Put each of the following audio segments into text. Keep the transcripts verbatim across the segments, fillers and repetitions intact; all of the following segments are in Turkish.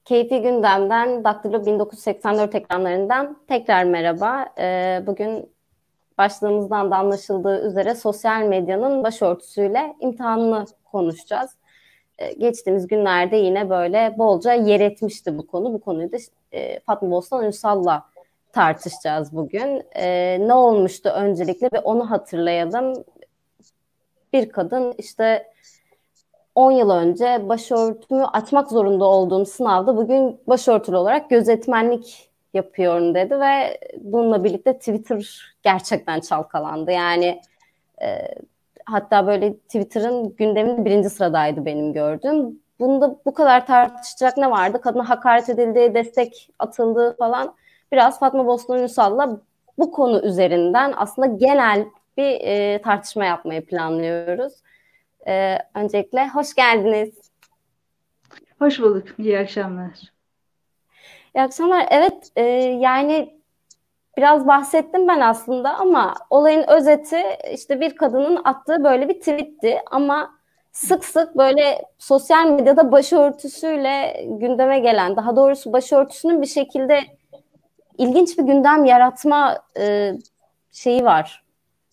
Keyfi Gündem'den Daktilo bin dokuz yüz seksen dört ekranlarından tekrar merhaba. Ee, bugün başlığımızdan da anlaşıldığı üzere sosyal medyanın başörtüsüyle imtihanını konuşacağız. Ee, geçtiğimiz günlerde yine böyle bolca yer etmişti bu konu. Bu konuyu da e, Fatma Bostan Ünsal'la tartışacağız bugün. Ee, ne olmuştu öncelikle ve onu hatırlayalım. Bir kadın işte on yıl önce başörtümü açmak zorunda olduğum sınavda bugün başörtülü olarak gözetmenlik yapıyorum dedi ve bununla birlikte Twitter gerçekten çalkalandı. Yani e, hatta böyle Twitter'ın gündeminde birinci sıradaydı benim gördüğüm. Bunda bu kadar tartışacak ne vardı? Kadına hakaret edildi, destek atıldı falan. Biraz Fatma Bostan Ünsal'la bu konu üzerinden aslında genel bir e, tartışma yapmayı planlıyoruz. Ee, öncelikle hoş geldiniz. Hoş bulduk. İyi akşamlar. İyi akşamlar. Evet, e, yani biraz bahsettim ben aslında ama olayın özeti işte bir kadının attığı böyle bir tweetti ama sık sık böyle sosyal medyada başörtüsüyle gündeme gelen, daha doğrusu başörtüsünün bir şekilde ilginç bir gündem yaratma e, şeyi var.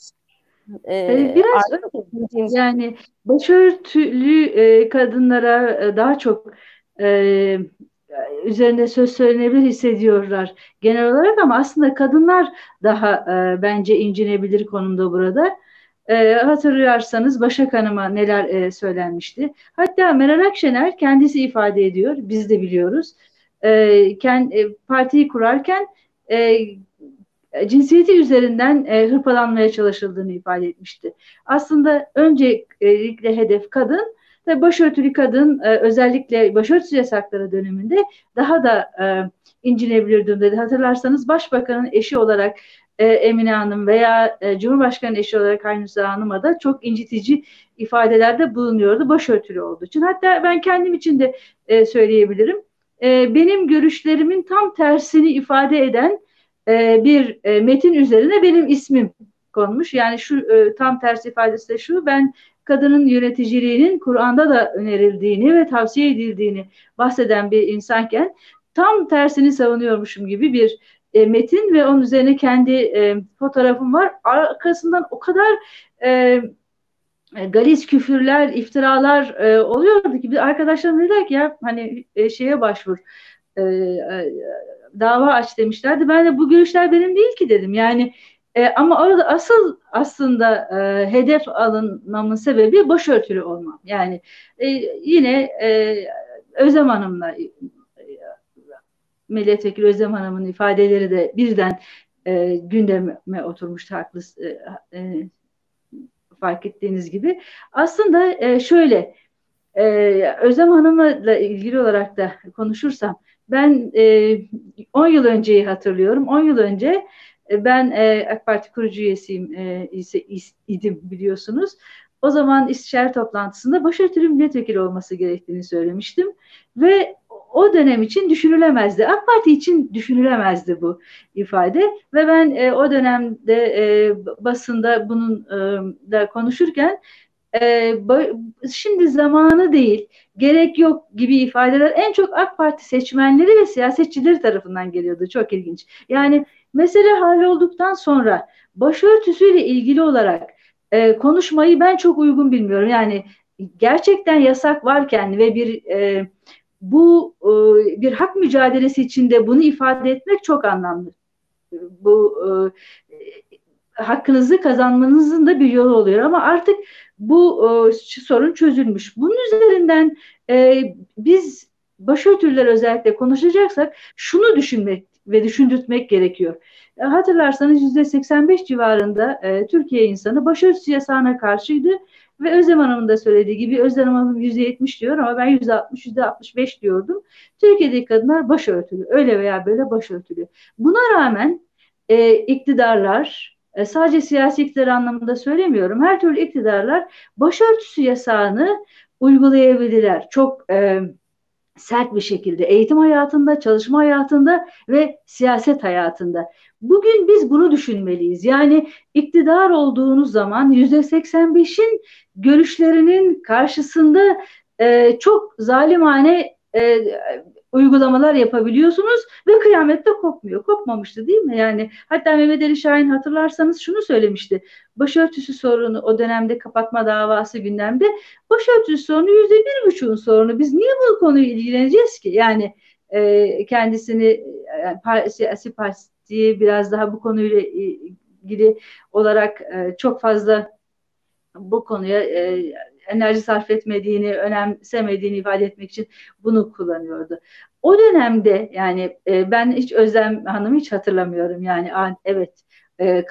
Ee, E, biraz artık öyle. Yani başörtülü e, kadınlara e, daha çok e, üzerinde söz söylenebilir hissediyorlar genel olarak ama aslında kadınlar daha e, bence incinebilir konumda burada. E, hatırlarsanız Başak Hanım'a neler e, söylenmişti. Hatta Meral Akşener kendisi ifade ediyor, biz de biliyoruz. E, kend, e, partiyi kurarken e, e, cinsiyeti üzerinden e, hırpalanmaya çalışıldığını ifade etmişti. Aslında öncelikle hedef kadın ve başörtülü kadın e, özellikle başörtüsü yasakları döneminde daha da e, incinebilir durumdaydı. Hatırlarsanız Başbakanın eşi olarak e, Emine Hanım veya e, Cumhurbaşkanı eşi olarak Haynüsa Hanım'a da çok incitici ifadelerde bulunuyordu başörtülü olduğu için. Hatta ben kendim için de e, söyleyebilirim. E, benim görüşlerimin tam tersini ifade eden e, bir e, metin üzerine benim ismim konmuş. Yani şu e, tam tersi ifadesi de şu: ben kadının yöneticiliğinin Kur'an'da da önerildiğini ve tavsiye edildiğini bahseden bir insanken tam tersini savunuyormuşum gibi bir e, metin ve onun üzerine kendi e, fotoğrafım var. Arkasından o kadar e, galiz küfürler, iftiralar e, oluyordu ki bir arkadaşlarım dediler ki ya hani e, şeye başvur, e, e, dava aç demişlerdi. Ben de bu görüşler benim değil ki dedim. Yani e, ama orada asıl aslında e, hedef alınmamın sebebi başörtülü olmam. Yani e, yine e, Özlem Hanım'la e, Milletvekili Özlem Hanım'ın ifadeleri de birden e, gündeme oturmuştu, haklı e, e, fark ettiğiniz gibi. Aslında e, şöyle ee, Özlem Hanım'la ilgili olarak da konuşursam ben e, on yıl önceyi hatırlıyorum. on yıl önce e, ben e, AK Parti kurucu üyesiyim e, ise, is, idim biliyorsunuz. O zaman istişare toplantısında başörtülü milletvekili olması gerektiğini söylemiştim ve o dönem için düşünülemezdi. AK Parti için düşünülemezdi bu ifade ve ben e, o dönemde e, basında bunun e, da konuşurken e, şimdi zamanı değil, gerek yok gibi ifadeler en çok AK Parti seçmenleri ve siyasetçileri tarafından geliyordu. Çok ilginç. Yani mesele halolduktan sonra başörtüsüyle ilgili olarak e, konuşmayı ben çok uygun bilmiyorum. Yani gerçekten yasak varken ve bir e, bu e, bir hak mücadelesi içinde bunu ifade etmek çok anlamlı. Bu e, hakkınızı kazanmanızın da bir yolu oluyor ama artık bu e, sorun çözülmüş. Bunun üzerinden e, biz başörtüler özellikle konuşacaksak şunu düşünmek ve düşündürtmek gerekiyor. E, hatırlarsanız yüzde seksen beş civarında e, Türkiye insanı başörtüsü yasağına karşıydı ve Özlem Hanım'ın da söylediği gibi Özlem Hanım yüzde yetmiş diyor ama ben yüzde altmış, yüzde altmış beş diyordum. Türkiye'deki kadınlar başörtülü, öyle veya böyle başörtülü. Buna rağmen e, iktidarlar, e, sadece siyasi iktidar anlamında söylemiyorum, her türlü iktidarlar başörtüsü yasağını uygulayabildiler. Çok e, sert bir şekilde eğitim hayatında, çalışma hayatında ve siyaset hayatında. Bugün biz bunu düşünmeliyiz. Yani iktidar olduğunuz zaman yüzde seksen beşin görüşlerinin karşısında e, çok zalimane e, uygulamalar yapabiliyorsunuz ve kıyamette kopmuyor. Kopmamıştı değil mi? Yani hatta Mehmet Ali Şahin hatırlarsanız şunu söylemişti. Başörtüsü sorunu o dönemde kapatma davası gündemde. Başörtüsü sorunu yüzde bir buçuğun sorunu. Biz niye bu konuyu ilgileneceğiz ki? Yani e, kendisini yani, siyasi partiyi biraz daha bu konuyla ilgili olarak e, çok fazla bu konuya e, enerji sarf etmediğini, önemsemediğini ifade etmek için bunu kullanıyordu. O dönemde yani e, ben hiç Özlem Hanım'ı hiç hatırlamıyorum. Yani evet e,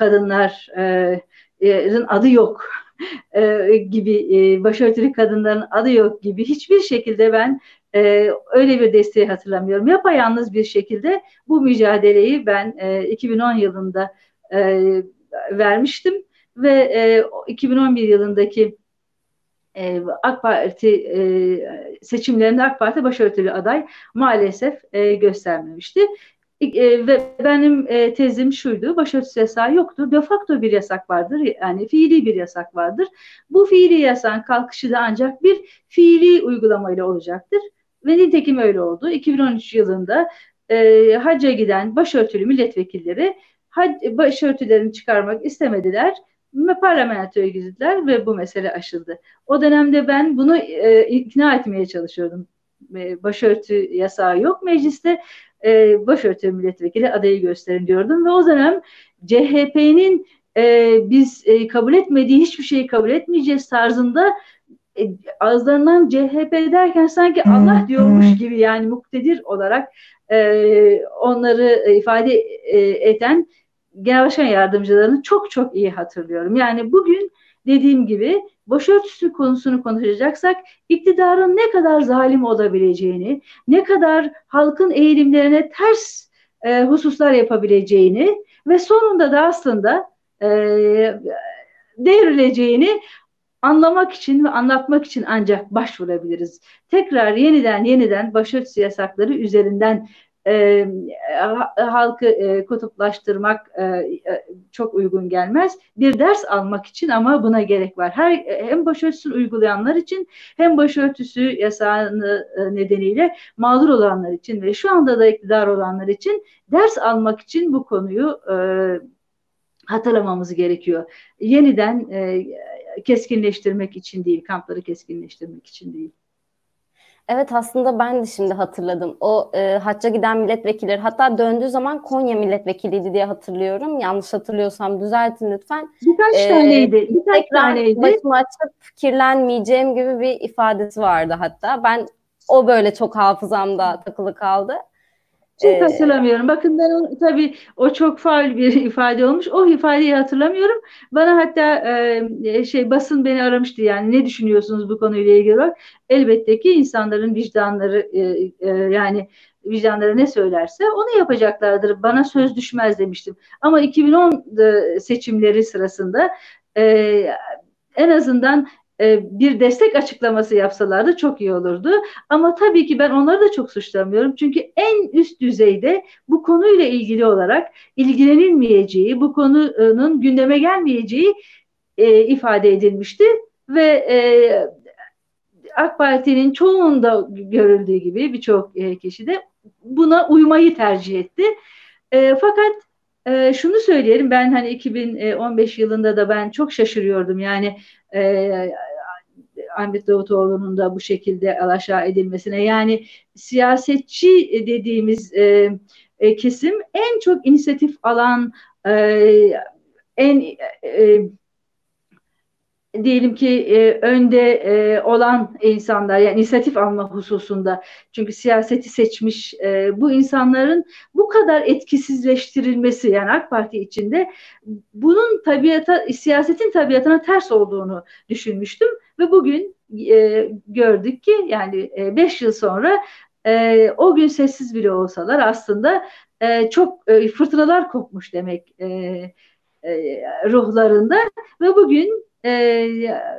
kadınların adı yok e, gibi, e, başörtülü kadınların adı yok gibi hiçbir şekilde ben e, öyle bir desteği hatırlamıyorum. Yapayalnız bir şekilde bu mücadeleyi ben e, iki bin on yılında e, vermiştim ve e, iki bin on bir yılındaki e, AK Parti e, seçimlerinde AK Parti başörtülü aday maalesef e, göstermemişti. E, ve benim e, tezim şuydu, başörtüsü yasağı yoktur. De facto bir yasak vardır, yani fiili bir yasak vardır. Bu fiili yasağın kalkışı da ancak bir fiili uygulamayla olacaktır. Ve nitekim öyle oldu. iki bin on üç yılında e, hacca giden başörtülü milletvekilleri başörtülerini çıkarmak istemediler ve parlamentoya girdiler ve bu mesele aşıldı. O dönemde ben bunu e, ikna etmeye çalışıyordum. E, başörtü yasağı yok mecliste, e, başörtü milletvekili adayı gösterin diyordum ve o dönem C H P'nin e, biz e, kabul etmediği hiçbir şeyi kabul etmeyeceğiz tarzında e, ağızlarından C H P derken sanki Allah diyormuş gibi, yani muktedir olarak e, onları ifade e, eden Genel Başkan Yardımcılarını çok çok iyi hatırlıyorum. Yani bugün dediğim gibi başörtüsü konusunu konuşacaksak iktidarın ne kadar zalim olabileceğini, ne kadar halkın eğilimlerine ters e, hususlar yapabileceğini ve sonunda da aslında e, devrileceğini anlamak için ve anlatmak için ancak başvurabiliriz. Tekrar yeniden yeniden başörtüsü yasakları üzerinden e, halkı e, kutuplaştırmak e, çok uygun gelmez. Bir ders almak için ama buna gerek var. Her, hem başörtüsünü uygulayanlar için hem başörtüsü yasağını e, nedeniyle mağdur olanlar için ve şu anda da iktidar olanlar için ders almak için bu konuyu e, hatırlamamız gerekiyor. Yeniden e, keskinleştirmek için değil, kampları keskinleştirmek için değil. Evet, aslında ben de şimdi hatırladım. O e, hacca giden milletvekilleri, hatta döndüğü zaman Konya milletvekiliydi diye hatırlıyorum. Yanlış hatırlıyorsam düzeltin lütfen. Birkaç e, taneydi. Birkaç tekrar taneydi. başımı açıp kirlenmeyeceğim gibi bir ifadesi vardı hatta. Ben o böyle çok hafızamda takılı kaldı. Çok ee, hatırlamıyorum. Bakın ben o, tabii o çok faul bir ifade olmuş. O ifadeyi hatırlamıyorum. Bana hatta e, şey basın beni aramıştı, yani ne düşünüyorsunuz bu konuyla ilgili olarak? Elbette ki insanların vicdanları e, e, yani vicdanları ne söylerse onu yapacaklardır. Bana söz düşmez demiştim. Ama iki bin on seçimleri sırasında e, en azından bir destek açıklaması yapsalardı çok iyi olurdu. Ama tabii ki ben onları da çok suçlamıyorum. Çünkü en üst düzeyde bu konuyla ilgili olarak ilgilenilmeyeceği, bu konunun gündeme gelmeyeceği e, ifade edilmişti. Ve e, AK Parti'nin çoğunda görüldüğü gibi birçok e, kişi de buna uymayı tercih etti. E, fakat e, şunu söyleyelim, ben hani iki bin on beş yılında da ben çok şaşırıyordum. Yani e, Ahmet Davutoğlu'nun da bu şekilde alaşağı edilmesine, yani siyasetçi dediğimiz e, e, kesim en çok inisiyatif alan, e, en e, diyelim ki e, önde e, olan insanlar, yani inisiyatif alma hususunda, çünkü siyaseti seçmiş e, bu insanların bu kadar etkisizleştirilmesi, yani AK Parti içinde bunun tabiata, siyasetin tabiatına ters olduğunu düşünmüştüm ve bugün e, gördük ki yani e, beş yıl sonra e, o gün sessiz bile olsalar aslında e, çok e, fırtınalar kopmuş demek e, e, ruhlarında ve bugün e,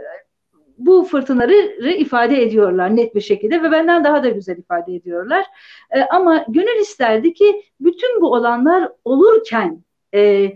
bu fırtınaları ifade ediyorlar net bir şekilde ve benden daha da güzel ifade ediyorlar. E, ama gönül isterdi ki bütün bu olanlar olurken e,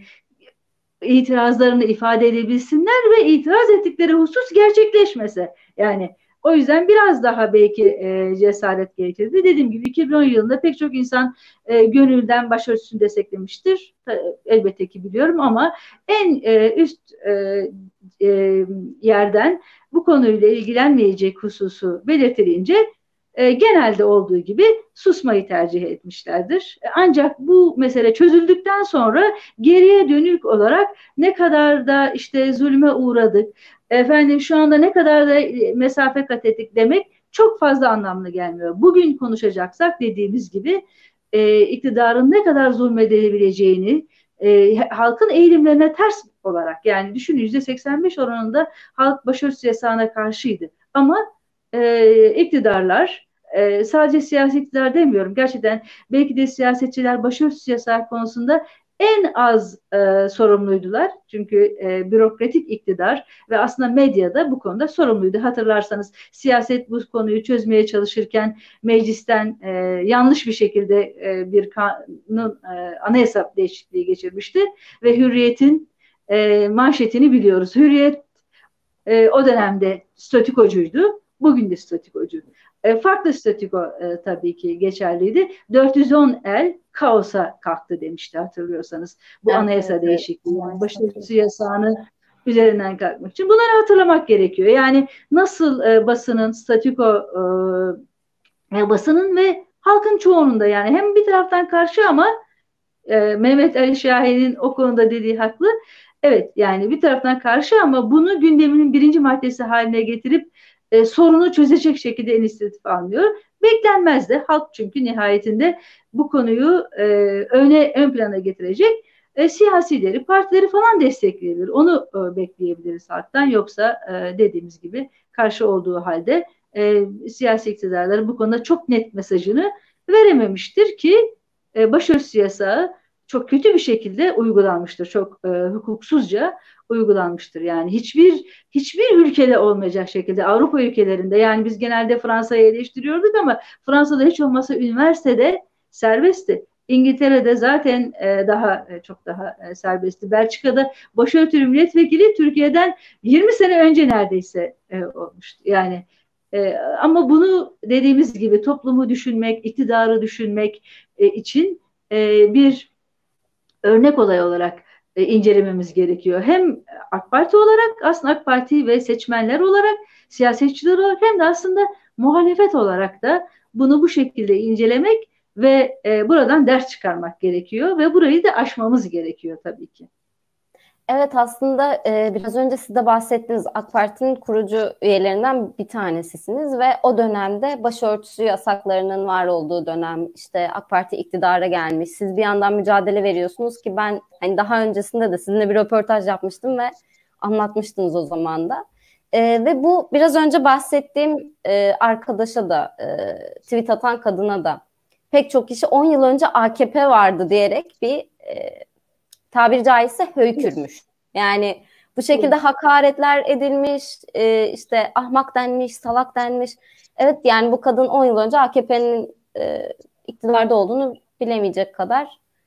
itirazlarını ifade edebilsinler ve itiraz ettikleri husus gerçekleşmese. Yani O yüzden biraz daha belki e, cesaret gerekirdi. Dediğim gibi iki bin on yılında pek çok insan e, gönülden başörtüsünü desteklemiştir. Elbette ki biliyorum ama en e, üst e, e, yerden bu konuyla ilgilenmeyecek hususu belirtilince e, genelde olduğu gibi susmayı tercih etmişlerdir. Ancak bu mesele çözüldükten sonra geriye dönük olarak ne kadar da işte zulme uğradık, efendim şu anda ne kadar da mesafe kat ettik demek çok fazla anlamlı gelmiyor. Bugün konuşacaksak dediğimiz gibi e, iktidarın ne kadar zulmedebileceğini, e, halkın eğilimlerine ters olarak, yani düşünün yüzde seksen beş oranında halk başörtüsü yasağına karşıydı. Ama e, iktidarlar, e, sadece siyasi iktidar demiyorum, gerçekten belki de siyasetçiler başörtüsü yasağı konusunda en az e, sorumluydular. Çünkü e, bürokratik iktidar ve aslında medya da bu konuda sorumluydu. Hatırlarsanız siyaset bu konuyu çözmeye çalışırken meclisten e, yanlış bir şekilde e, bir kanun, e, anayasa değişikliği geçirmişti ve Hürriyet'in e, manşetini biliyoruz. Hürriyet e, o dönemde statükocuydu. Bugün de statükocu. E, farklı statüko e, tabii ki geçerliydi. dört yüz on el kaosa kalktı demişti, hatırlıyorsanız. Bu Evet, anayasa evet, değişikliği, evet. başörtüsü yasağını üzerinden kalkmak için. Bunları hatırlamak gerekiyor. Yani nasıl e, basının, statüko e, basının ve halkın çoğunun yani hem bir taraftan karşı ama e, Mehmet Ali Şahin'in o konuda dediği haklı. Evet, yani bir taraftan karşı ama bunu gündeminin birinci maddesi haline getirip e, sorunu çözecek şekilde inisiyatif almıyor. Beklenmez de, halk çünkü nihayetinde bu konuyu e, öne ön plana getirecek e, siyasileri, partileri falan destekleyebilir. Onu e, bekleyebiliriz halktan. Yoksa e, dediğimiz gibi karşı olduğu halde e, siyasi iktidarları bu konuda çok net mesajını verememiştir ki e, başörtüsü yasağı çok kötü bir şekilde uygulanmıştır. Çok e, hukuksuzca uygulanmıştır. Yani hiçbir hiçbir ülkede olmayacak şekilde, Avrupa ülkelerinde, yani biz genelde Fransa'yı eleştiriyorduk ama Fransa'da hiç olmazsa üniversitede serbestti. İngiltere'de zaten e, daha e, çok daha e, serbestti. Belçika'da başörtülü milletvekili Türkiye'den yirmi sene önce neredeyse e, olmuştu. Yani e, ama bunu dediğimiz gibi toplumu düşünmek, iktidarı düşünmek e, için e, bir örnek olay olarak e, incelememiz gerekiyor. Hem AK Parti olarak, aslında AK Parti ve seçmenler olarak, siyasetçiler olarak, hem de aslında muhalefet olarak da bunu bu şekilde incelemek ve e, buradan ders çıkarmak gerekiyor ve burayı da aşmamız gerekiyor tabii ki. Evet, aslında e, biraz önce siz de bahsettiniz, AK Parti'nin kurucu üyelerinden bir tanesisiniz ve o dönemde başörtüsü yasaklarının var olduğu dönem, işte AK Parti iktidara gelmiş, siz bir yandan mücadele veriyorsunuz ki ben hani daha öncesinde de sizinle bir röportaj yapmıştım ve anlatmıştınız o zaman da. E, ve bu biraz önce bahsettiğim e, arkadaşa da e, tweet atan kadına da pek çok kişi on yıl önce A K P vardı diyerek bir e, tabiri caizse höykürmüş. Yani bu şekilde hakaretler edilmiş, e, işte ahmak denmiş, salak denmiş. Evet, yani bu kadın on yıl önce A K P'nin e, iktidarda olduğunu bilemeyecek kadar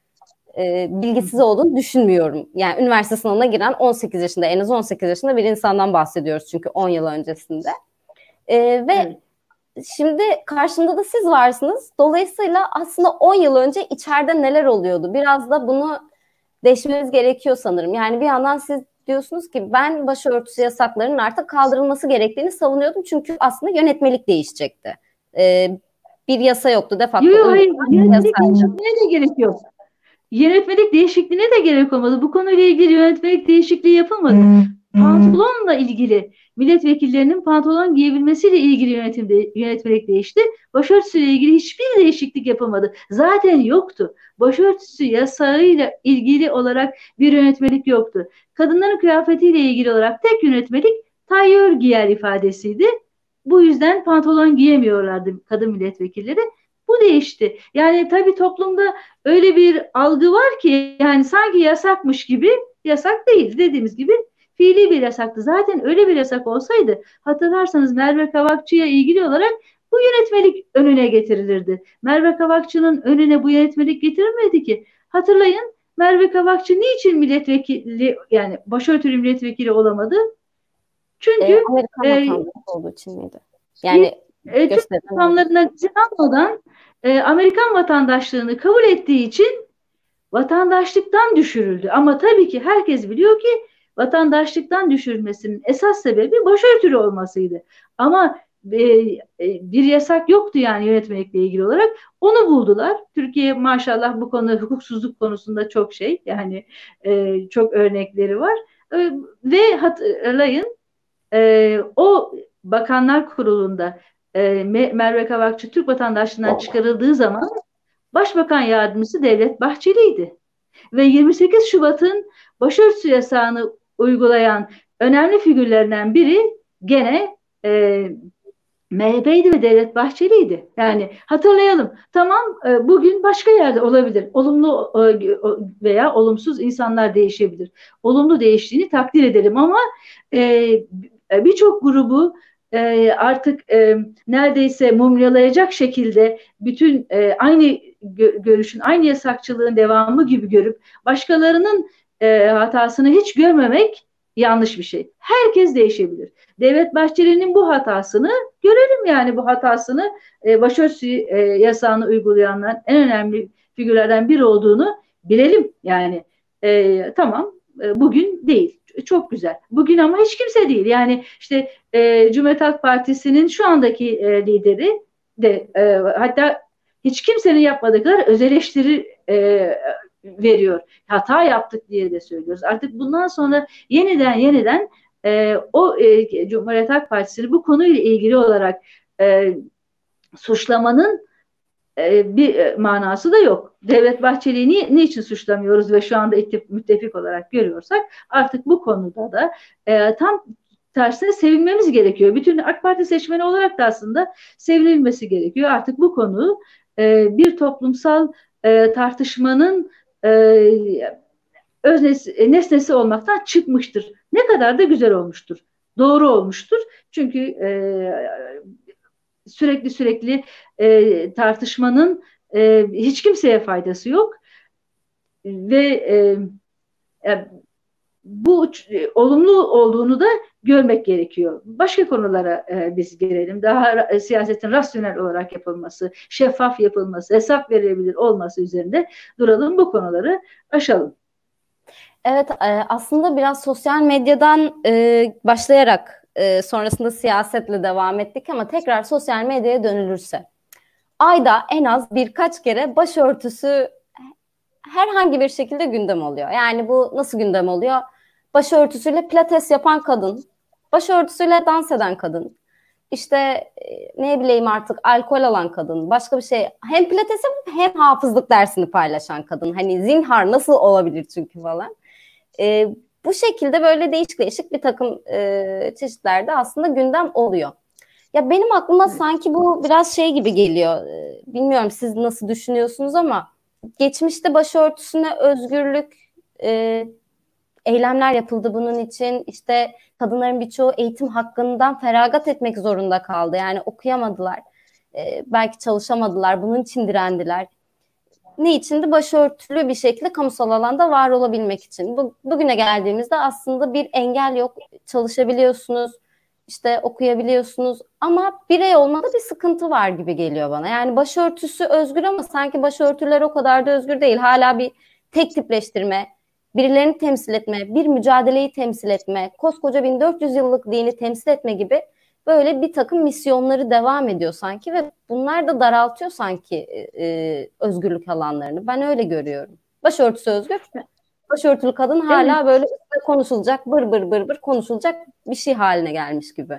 e, bilgisiz olduğunu düşünmüyorum. Yani üniversite sınavına giren on sekiz yaşında, en az on sekiz yaşında bir insandan bahsediyoruz çünkü on yıl öncesinde. E, ve evet. Şimdi karşımda da siz varsınız. Dolayısıyla aslında on yıl önce içeride neler oluyordu? Biraz da bunu değişmemiz gerekiyor sanırım. Yani bir yandan siz diyorsunuz ki ben başörtüsü yasaklarının artık kaldırılması gerektiğini savunuyordum. Çünkü aslında yönetmelik değişecekti. Ee, bir yasa yoktu de facto. Yok yok, hayır. Yönetmelik değişikliğine de gerek yok. Yönetmelik değişikliğine de gerek olmadı. Bu konuyla ilgili yönetmelik değişikliği yapılmadı. Hmm. Pantolonla ilgili, milletvekillerinin pantolon giyebilmesiyle ilgili yönetimde, yönetmelik değişti. Başörtüsüyle ilgili hiçbir değişiklik yapılmadı. Zaten yoktu. Başörtüsü yasağıyla ilgili olarak bir yönetmelik yoktu. Kadınların kıyafetiyle ilgili olarak tek yönetmelik tayyör giyer ifadesiydi. Bu yüzden pantolon giyemiyorlardı kadın milletvekilleri. Bu değişti. Yani tabii toplumda öyle bir algı var ki, yani sanki yasakmış gibi, yasak değil. Dediğimiz gibi fiili bir yasaktı. Zaten öyle bir yasak olsaydı, hatırlarsanız Merve Kavakçı'ya ilgili olarak bu yönetmelik önüne getirilirdi. Merve Kavakçı'nın önüne bu yönetmelik getirilmedi ki. Hatırlayın, Merve Kavakçı niçin milletvekili, yani başörtülü milletvekili olamadı? Çünkü e, Amerikan e, vatandaşı olduğu için miydi? Yani e, Türk gösteremem. makamlarından izin almadan e, Amerikan vatandaşlığını kabul ettiği için vatandaşlıktan düşürüldü. Ama tabii ki herkes biliyor ki vatandaşlıktan düşürülmesinin esas sebebi başörtülü olmasıydı. Ama e, e, bir yasak yoktu yani yönetmelikle ilgili olarak. Onu buldular. Türkiye maşallah bu konuda hukuksuzluk konusunda çok şey yani e, çok örnekleri var. E, ve hatırlayın e, o Bakanlar Kurulu'nda e, Merve Kavakçı Türk vatandaşlığından çıkarıldığı zaman Başbakan Yardımcısı Devlet Bahçeli'ydi. Ve yirmi sekiz Şubat'ın başörtüsü yasağını uygulayan önemli figürlerinden biri gene e, M H P'ydi ve Devlet Bahçeli'ydi. Yani hatırlayalım. Tamam e, bugün başka yerde olabilir. Olumlu e, veya olumsuz insanlar değişebilir. Olumlu değiştiğini takdir edelim ama e, birçok grubu e, artık e, neredeyse mumyalayacak şekilde bütün e, aynı gö- görüşün, aynı yasakçılığın devamı gibi görüp başkalarının e, hatasını hiç görmemek yanlış bir şey. Herkes değişebilir. Devlet Bahçeli'nin bu hatasını görelim yani bu hatasını e, başörtüsü e, yasağını uygulayanların en önemli figürlerden biri olduğunu bilelim. Yani e, tamam e, bugün değil. Çok güzel. Bugün ama hiç kimse değil. Yani işte e, Cumhuriyet Halk Partisi'nin şu andaki e, lideri de e, hatta hiç kimsenin yapmadığı kadar öz eleştiri e, veriyor. Hata yaptık diye de söylüyoruz. Artık bundan sonra yeniden yeniden e, o e, Cumhuriyet Halk Partisi'ni bu konuyla ilgili olarak e, suçlamanın e, bir e, manası da yok. Devlet Bahçeli'yi ni, niçin suçlamıyoruz ve şu anda ittif, müttefik olarak görüyorsak artık bu konuda da e, tam tersine sevinmemiz gerekiyor. Bütün AK Parti seçmeni olarak da aslında sevinilmesi gerekiyor. Artık bu konu e, bir toplumsal e, tartışmanın e, öznesi, nesnesi olmaktan çıkmıştır. Ne kadar da güzel olmuştur. Doğru olmuştur. Çünkü e, sürekli sürekli e, tartışmanın e, hiç kimseye faydası yok ve e, e, bu e, olumlu olduğunu da görmek gerekiyor. Başka konulara e, biz girelim. Daha e, siyasetin rasyonel olarak yapılması, şeffaf yapılması, hesap verilebilir olması üzerinde duralım. Bu konuları aşalım. Evet, e, aslında biraz sosyal medyadan e, başlayarak e, sonrasında siyasetle devam ettik ama tekrar sosyal medyaya dönülürse ayda en az birkaç kere başörtüsü herhangi bir şekilde gündem oluyor. Yani bu nasıl gündem oluyor? Başörtüsüyle pilates yapan kadın, başörtüsüyle dans eden kadın, işte e, ne bileyim artık alkol alan kadın, başka bir şey. Hem pilates yapıp hem hafızlık dersini paylaşan kadın. Hani zinhar nasıl olabilir çünkü falan. E, Bu şekilde böyle değişik değişik bir takım e, çeşitlerde aslında gündem oluyor. Ya benim aklıma sanki bu biraz şey gibi geliyor. E, bilmiyorum siz nasıl düşünüyorsunuz ama geçmişte başörtüsüne özgürlük e, eylemler yapıldı bunun için. İşte kadınların birçoğu eğitim hakkından feragat etmek zorunda kaldı. Yani okuyamadılar. E, belki çalışamadılar. Bunun için direndiler. Ne içindi? Başörtülü bir şekilde kamusal alanda var olabilmek için. Bu, bugüne geldiğimizde aslında bir engel yok. Çalışabiliyorsunuz, işte okuyabiliyorsunuz ama birey olmada bir sıkıntı var gibi geliyor bana. Yani başörtüsü özgür ama sanki başörtüler o kadar da özgür değil. Hala bir tek tipleştirme, birilerini temsil etme, bir mücadeleyi temsil etme, koskoca bin dört yüz yıllık dini temsil etme gibi böyle bir takım misyonları devam ediyor sanki ve bunlar da daraltıyor sanki e, özgürlük alanlarını. Ben öyle görüyorum. Başörtüsü özgür, başörtülü kadın Evet. hala böyle üstüne konuşulacak, bır bır bır bır konuşulacak bir şey haline gelmiş gibi.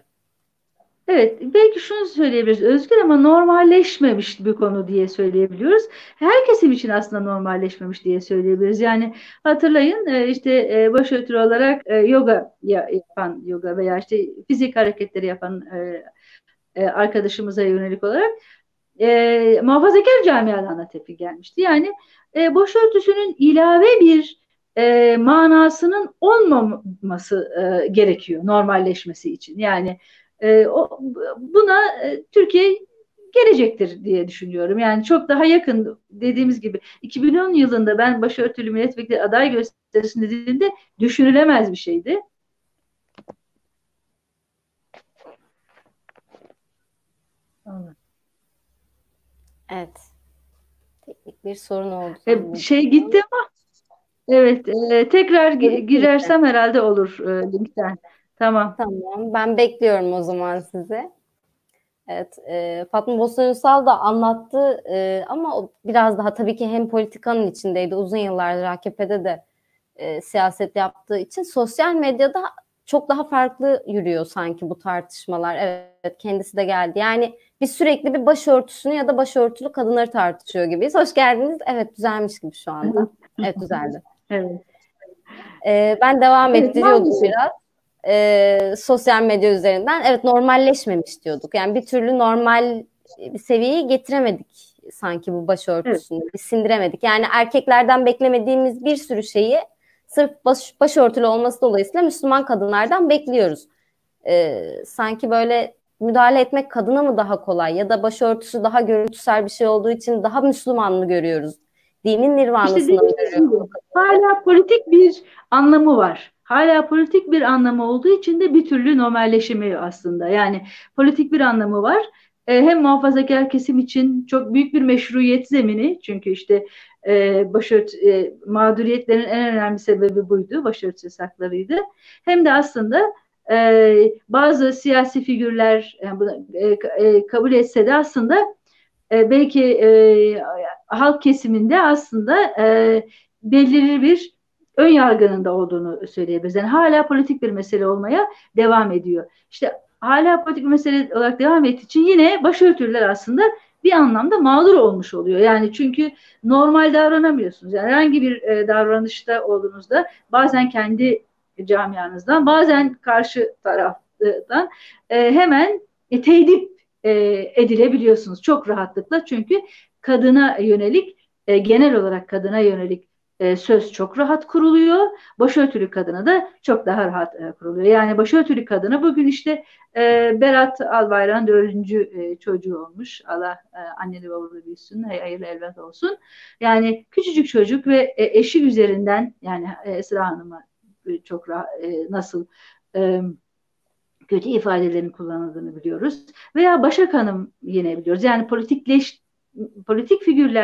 Evet, belki şunu söyleyebiliriz. Özgür ama normalleşmemiş bir konu diye söyleyebiliyoruz. Herkesin için aslında normalleşmemiş diye söyleyebiliriz. Yani hatırlayın e, işte e, başörtülü olarak e, yoga yapan yoga veya işte fizik hareketleri yapan e, e, arkadaşımıza yönelik olarak e, muhafazakar camiadan da tepki gelmişti. Yani e, başörtüsünün ilave bir e, manasının olmaması e, gerekiyor normalleşmesi için. Yani e, o, buna e, Türkiye gelecektir diye düşünüyorum. Yani çok daha yakın dediğimiz gibi iki bin on yılında ben başörtülü milletvekili aday gösterilsin dediğinde düşünülemez bir şeydi. Allah. Evet. Teknik bir sorun oldu E, zannediyorum. şey gitti ama evet, e, tekrar gi- Görüntü gitti. girersem herhalde olur e, linkten. Tamam. Tamam. Ben bekliyorum o zaman sizi. Evet, e, Fatma Bostan Ünsal da anlattı e, ama o biraz daha tabii ki hem politikanın içindeydi, uzun yıllardır A K P'de de e, siyaset yaptığı için sosyal medyada çok daha farklı yürüyor sanki bu tartışmalar. Evet, kendisi de geldi. Yani biz sürekli bir başörtüsünü ya da başörtülü kadınları tartışıyor gibiyiz. Hoş geldiniz. Evet, düzelmiş gibi şu anda. Evet, düzeldi. Evet. E, ben devam Evet, ettiriyordum maalesef. biraz e, sosyal medya üzerinden. Evet, normalleşmemiş diyorduk. Yani bir türlü normal bir seviyeyi getiremedik sanki bu Evet. başörtüsünü. Bir sindiremedik. Yani erkeklerden beklemediğimiz bir sürü şeyi sırf baş, başörtülü olması dolayısıyla Müslüman kadınlardan bekliyoruz. E, sanki böyle müdahale etmek kadına mı daha kolay ya da başörtüsü daha görüntüsel bir şey olduğu için daha Müslüman mı görüyoruz? Dinin İşte nirvanasında mı dediğiniz görüyoruz gibi bu kadınları? hala politik bir anlamı var. Hala politik bir anlamı olduğu için de bir türlü normalleşemiyor aslında. Yani politik bir anlamı var. E, hem muhafazakar kesim için çok büyük bir meşruiyet zemini. Çünkü işte e, başört e, mağduriyetlerin en önemli sebebi buydu. Başörtüsü yasaklarıydı. Hem de aslında e, bazı siyasi figürler yani bunu, e, e, kabul etse de aslında e, belki e, halk kesiminde aslında e, belirli bir ön yargının da olduğunu söyleyebiliriz. Yani hala politik bir mesele olmaya devam ediyor. İşte hala politik bir mesele olarak devam ettiği için yine başörtüler aslında bir anlamda mağdur olmuş oluyor. Yani çünkü normal davranamıyorsunuz. Yani herhangi bir e, davranışta olduğunuzda bazen kendi camianızdan, bazen karşı taraftan e, hemen e, tedip e, edilebiliyorsunuz çok rahatlıkla. Çünkü kadına yönelik e, genel olarak kadına yönelik e, söz çok rahat kuruluyor. Başörtülü kadına da çok daha rahat e, kuruluyor. Yani başörtülü kadına bugün işte e, Berat Albayrak'ın dördüncü e, çocuğu olmuş. Allah e, anneli babalı büyüsün, hayırlı evlat olsun. Yani küçücük çocuk ve e, eşi üzerinden yani e, Esra Hanım'a e, çok rahat, e, nasıl e, kötü ifadelerin kullanıldığını biliyoruz. Veya Başak Hanım yine biliyoruz. Yani politikleş, politik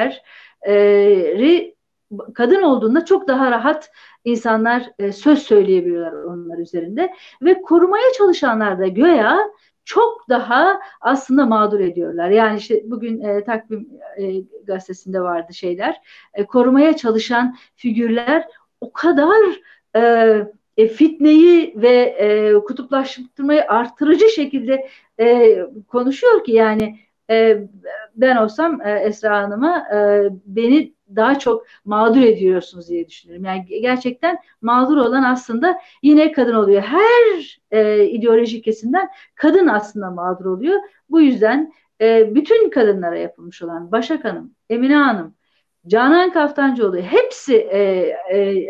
figürleri kadın olduğunda çok daha rahat insanlar e, söz söyleyebiliyorlar onlar üzerinde. Ve korumaya çalışanlar da göya çok daha aslında mağdur ediyorlar. Yani işte bugün e, Takvim e, gazetesinde vardı şeyler. E, korumaya çalışan figürler o kadar e, e, fitneyi ve e, kutuplaştırmayı artırıcı şekilde e, konuşuyor ki yani e, ben olsam e, Esra Hanım'a e, beni daha çok mağdur ediyorsunuz diye düşünüyorum. Yani gerçekten mağdur olan aslında yine kadın oluyor. Her e, ideolojik kesimden kadın aslında mağdur oluyor. Bu yüzden e, bütün kadınlara yapılmış olan Başak Hanım, Emine Hanım, Canan Kaftancıoğlu hepsi e, e,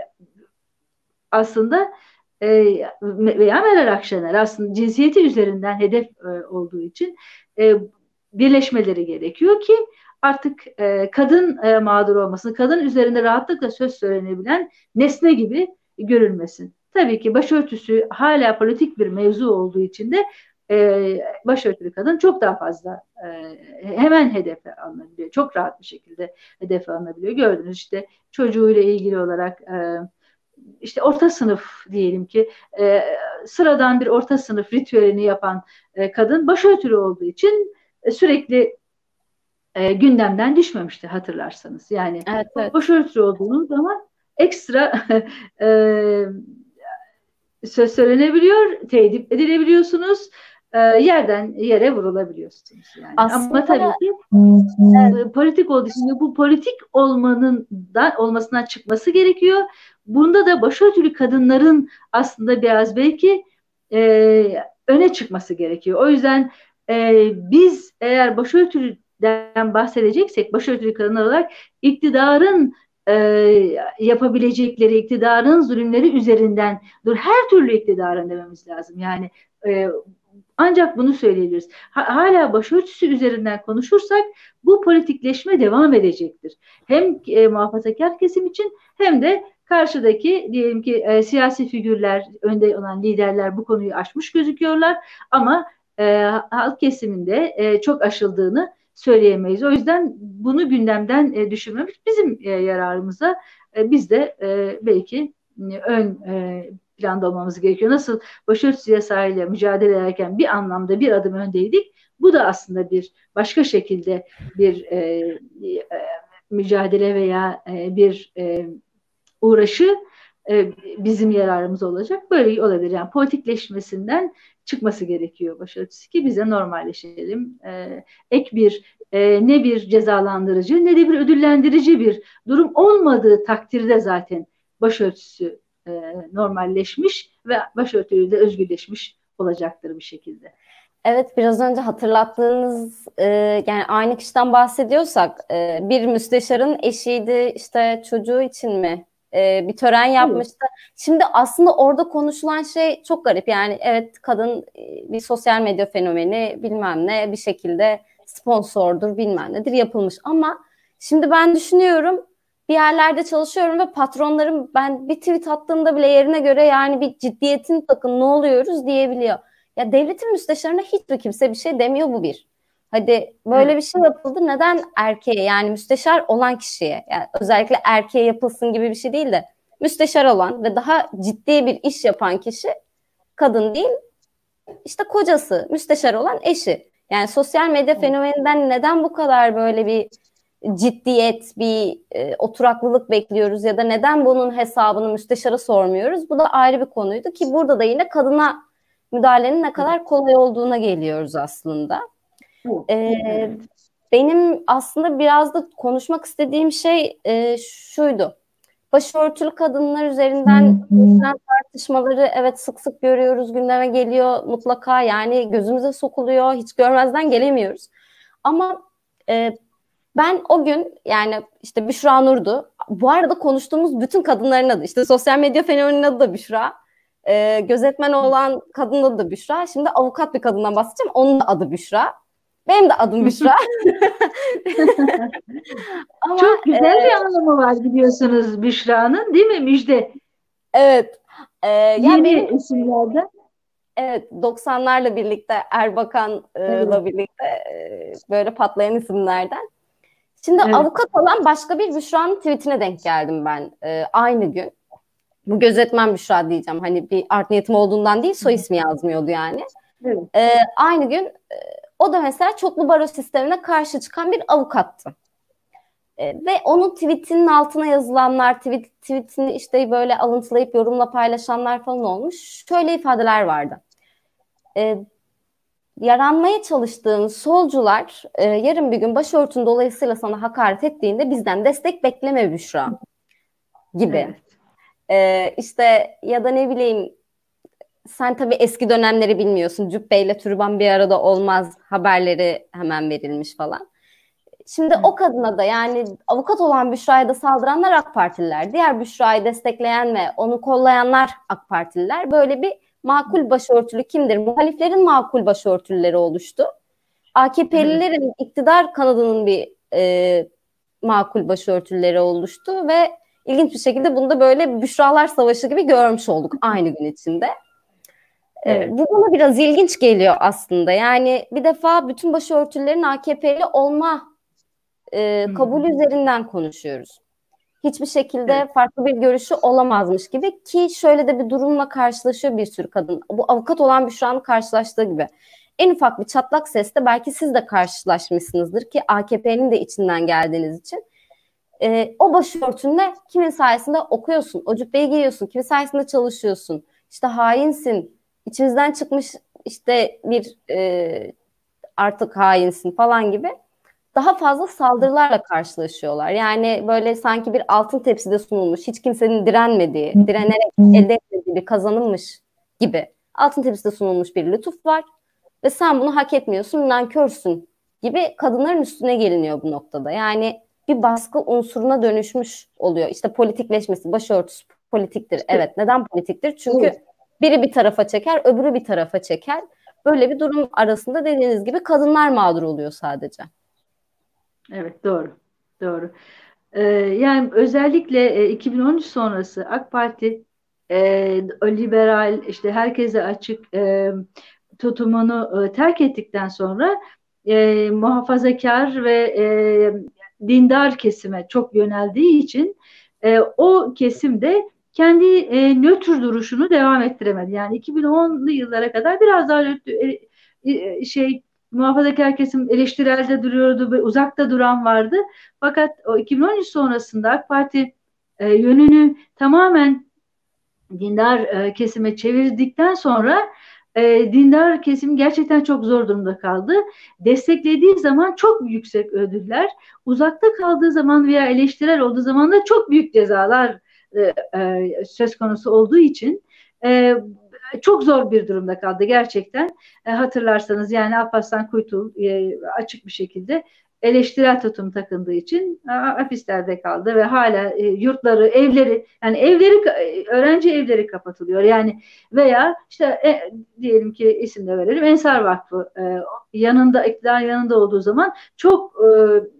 aslında e, veya Meral Akşener aslında cinsiyeti üzerinden hedef e, olduğu için e, birleşmeleri gerekiyor ki artık e, kadın e, mağdur olmasın, kadın üzerinde rahatlıkla söz söylenebilen nesne gibi görülmesin. Tabii ki başörtüsü hala politik bir mevzu olduğu için de e, başörtülü kadın çok daha fazla e, hemen hedefe alınabiliyor. Çok rahat bir şekilde hedefe alınabiliyor. Gördünüz işte çocuğuyla ilgili olarak e, işte orta sınıf diyelim ki e, sıradan bir orta sınıf ritüelini yapan e, kadın başörtülü olduğu için e, sürekli e, gündemden düşmemişti hatırlarsanız. Yani Evet, evet. başörtülü olduğunuz zaman ekstra e, söz söylenebiliyor, tedip edilebiliyorsunuz, e, yerden yere vurulabiliyorsunuz yani. Ama Aslında tabii ki evet, e, politik olduğu için bu politik olmanın da olmasından çıkması gerekiyor. Bunda da başörtülü kadınların aslında biraz belki e, öne çıkması gerekiyor. O yüzden e, biz eğer başörtülüden bahsedeceksek başörtülü kadınlar olarak iktidarın e, yapabilecekleri, iktidarın zulümleri üzerinden dur her türlü iktidarın dememiz lazım. Yani e, ancak bunu söyleyebiliriz. Ha, hala başörtüsü üzerinden konuşursak bu politikleşme devam edecektir. Hem e, muhafazakar kesim için hem de karşıdaki diyelim ki e, siyasi figürler, önde olan liderler bu konuyu aşmış gözüküyorlar ama e, halk kesiminde e, çok aşıldığını söyleyemeyiz. O yüzden bunu gündemden e, düşürmemiş bizim e, yararımıza. E, biz de e, belki e, ön e, planda olmamız gerekiyor. Nasıl başörtüsü yasağıyla mücadele ederken bir anlamda bir adım öndeydik. Bu da aslında bir başka şekilde bir e, e, mücadele veya e, bir e, uğraşı e, bizim yararımız olacak. Böyle olabilir. Yani politikleşmesinden çıkması gerekiyor başörtüsü ki bize normalleşelim. E, ek bir e, ne bir cezalandırıcı ne de bir ödüllendirici bir durum olmadığı takdirde zaten başörtüsü e, normalleşmiş ve başörtülü de özgürleşmiş olacaktır bir şekilde. Evet, biraz önce hatırlattığınız e, yani aynı kişiden bahsediyorsak e, bir müsteşarın eşiydi, işte çocuğu için mi e, bir tören Evet. yapmıştı. Şimdi aslında orada konuşulan şey çok garip. Yani evet, kadın e, bir sosyal medya fenomeni, bilmem ne, bir şekilde sponsordur, bilmem nedir, yapılmış. Ama şimdi ben düşünüyorum, bir yerlerde çalışıyorum ve patronlarım ben bir tweet attığımda bile yerine göre yani bir ciddiyetin takın ne oluyoruz diyebiliyor. Ya devletin müsteşarına hiçbir kimse bir şey demiyor, bu bir. Hadi böyle Evet. bir şey yapıldı, neden erkeğe, yani müsteşar olan kişiye, yani özellikle erkeğe yapılsın gibi bir şey değil de müsteşar olan ve daha ciddi bir iş yapan kişi kadın değil, işte kocası, müsteşar olan eşi. Yani sosyal medya Evet. fenomeninden neden bu kadar böyle bir ciddiyet, bir e, oturaklılık bekliyoruz ya da neden bunun hesabını müsteşara sormuyoruz? Bu da ayrı bir konuydu ki burada da yine kadına müdahalenin ne Evet. kadar kolay olduğuna geliyoruz aslında. Evet. Ee, Evet. benim aslında biraz da konuşmak istediğim şey e, şuydu. Başörtülü kadınlar üzerinden yürüten tartışmaları evet sık sık görüyoruz, gündeme geliyor mutlaka, yani gözümüze sokuluyor, hiç görmezden gelemiyoruz. Ama e, ben o gün, yani işte Büşra Nur'du. Bu arada konuştuğumuz bütün kadınların adı. İşte sosyal medya fenomeninin adı da Büşra. Ee, gözetmen olan kadının adı da Büşra. Şimdi avukat bir kadından bahsedeceğim. Onun da adı Büşra. Benim de adım Büşra. Ama Çok e, güzel bir anlamı var biliyorsunuz Büşra'nın, değil mi Müjde? evet. E, ya Yeni benim isimlerden. evet doksanlarla birlikte Erbakan'la Evet. birlikte e, böyle patlayan isimlerden. Şimdi Evet. avukat olan başka bir Büşra'nın tweetine denk geldim ben e, aynı gün. Bu gözetmen Büşra diyeceğim. Hani bir art niyetim olduğundan değil, soy ismi yazmıyordu yani. Evet. Ee, aynı gün e, o da mesela çoklu baro sistemine karşı çıkan bir avukattı. Ee, ve onun tweetinin altına yazılanlar, tweet, tweetini işte böyle alıntılayıp yorumla paylaşanlar falan olmuş. Şöyle ifadeler vardı. Ee, yaranmaya çalıştığın solcular e, yarın bir gün başörtün dolayısıyla sana hakaret ettiğinde bizden destek bekleme Büşra gibi. Evet. Ee, işte ya da ne bileyim, sen tabii eski dönemleri bilmiyorsun. Cübbeyle türban bir arada olmaz haberleri hemen verilmiş falan. Şimdi Evet. o kadına da, yani avukat olan Büşra'ya da saldıranlar AK Partililer. Diğer Büşra'yı destekleyen ve onu kollayanlar AK Partililer. Böyle bir makul başörtülü kimdir? Muhaliflerin makul başörtülüleri oluştu. Evet. A K P'lilerin iktidar kanadının bir e, makul başörtüleri oluştu ve ilginç bir şekilde bunu da böyle Büşralar Savaşı gibi görmüş olduk aynı gün içinde. E, Evet. bu bana biraz ilginç geliyor aslında. Yani bir defa bütün başörtülerin A K P'li olma e, Hı hı. kabul üzerinden konuşuyoruz. Hiçbir Evet. şekilde farklı bir görüşü olamazmış gibi, ki şöyle de bir durumla karşılaşıyor bir sürü kadın. Bu avukat olan Büşra'nın karşılaştığı gibi. En ufak bir çatlak sesle belki siz de karşılaşmışsınızdır ki A K P'nin de içinden geldiğiniz için. E, o başörtünle kimin sayesinde okuyorsun, o cübbeyi giyiyorsun, kimin sayesinde çalışıyorsun, işte hainsin, içimizden çıkmış işte bir e, artık hainsin falan gibi daha fazla saldırılarla karşılaşıyorlar. Yani böyle sanki bir altın tepside sunulmuş, hiç kimsenin direnmediği, direnerek elde etmediği bir kazanılmış gibi altın tepside sunulmuş bir lütuf var ve sen bunu hak etmiyorsun, nankörsün gibi kadınların üstüne geliniyor bu noktada. Yani bir baskı unsuruna dönüşmüş oluyor. İşte politikleşmesi, başörtüsü politiktir. İşte, Evet, neden politiktir? Çünkü evet. biri bir tarafa çeker, öbürü bir tarafa çeker. Böyle bir durum arasında dediğiniz gibi kadınlar mağdur oluyor sadece. Evet. Doğru. Doğru. Ee, yani özellikle e, iki bin on üç sonrası AK Parti e, o liberal, işte herkese açık, e, tutumunu e, terk ettikten sonra e, muhafazakar ve e, dindar kesime çok yöneldiği için e, o kesimde kendi e, nötr duruşunu devam ettiremedi. Yani iki bin onlu yıllara kadar biraz daha e, e, şey muhafazakar kesim eleştirelde duruyordu ve uzakta duran vardı. Fakat o iki bin on üç sonrasında AK Parti e, yönünü tamamen dindar e, kesime çevirdikten sonra e, dindar kesim gerçekten çok zor durumda kaldı. Desteklediği zaman çok yüksek ödüller, uzakta kaldığı zaman veya eleştirel olduğu zaman da çok büyük cezalar e, e, söz konusu olduğu için e, çok zor bir durumda kaldı gerçekten. E, hatırlarsanız yani Alparslan Kuytul e, açık bir şekilde eleştirel tutum takındığı için hapislerde kaldı ve hala e, yurtları, evleri, yani evleri, öğrenci evleri kapatılıyor. Yani veya işte e, diyelim ki isim de verelim, Ensar Vakfı e, yanında, iktidar yanında olduğu zaman çok e,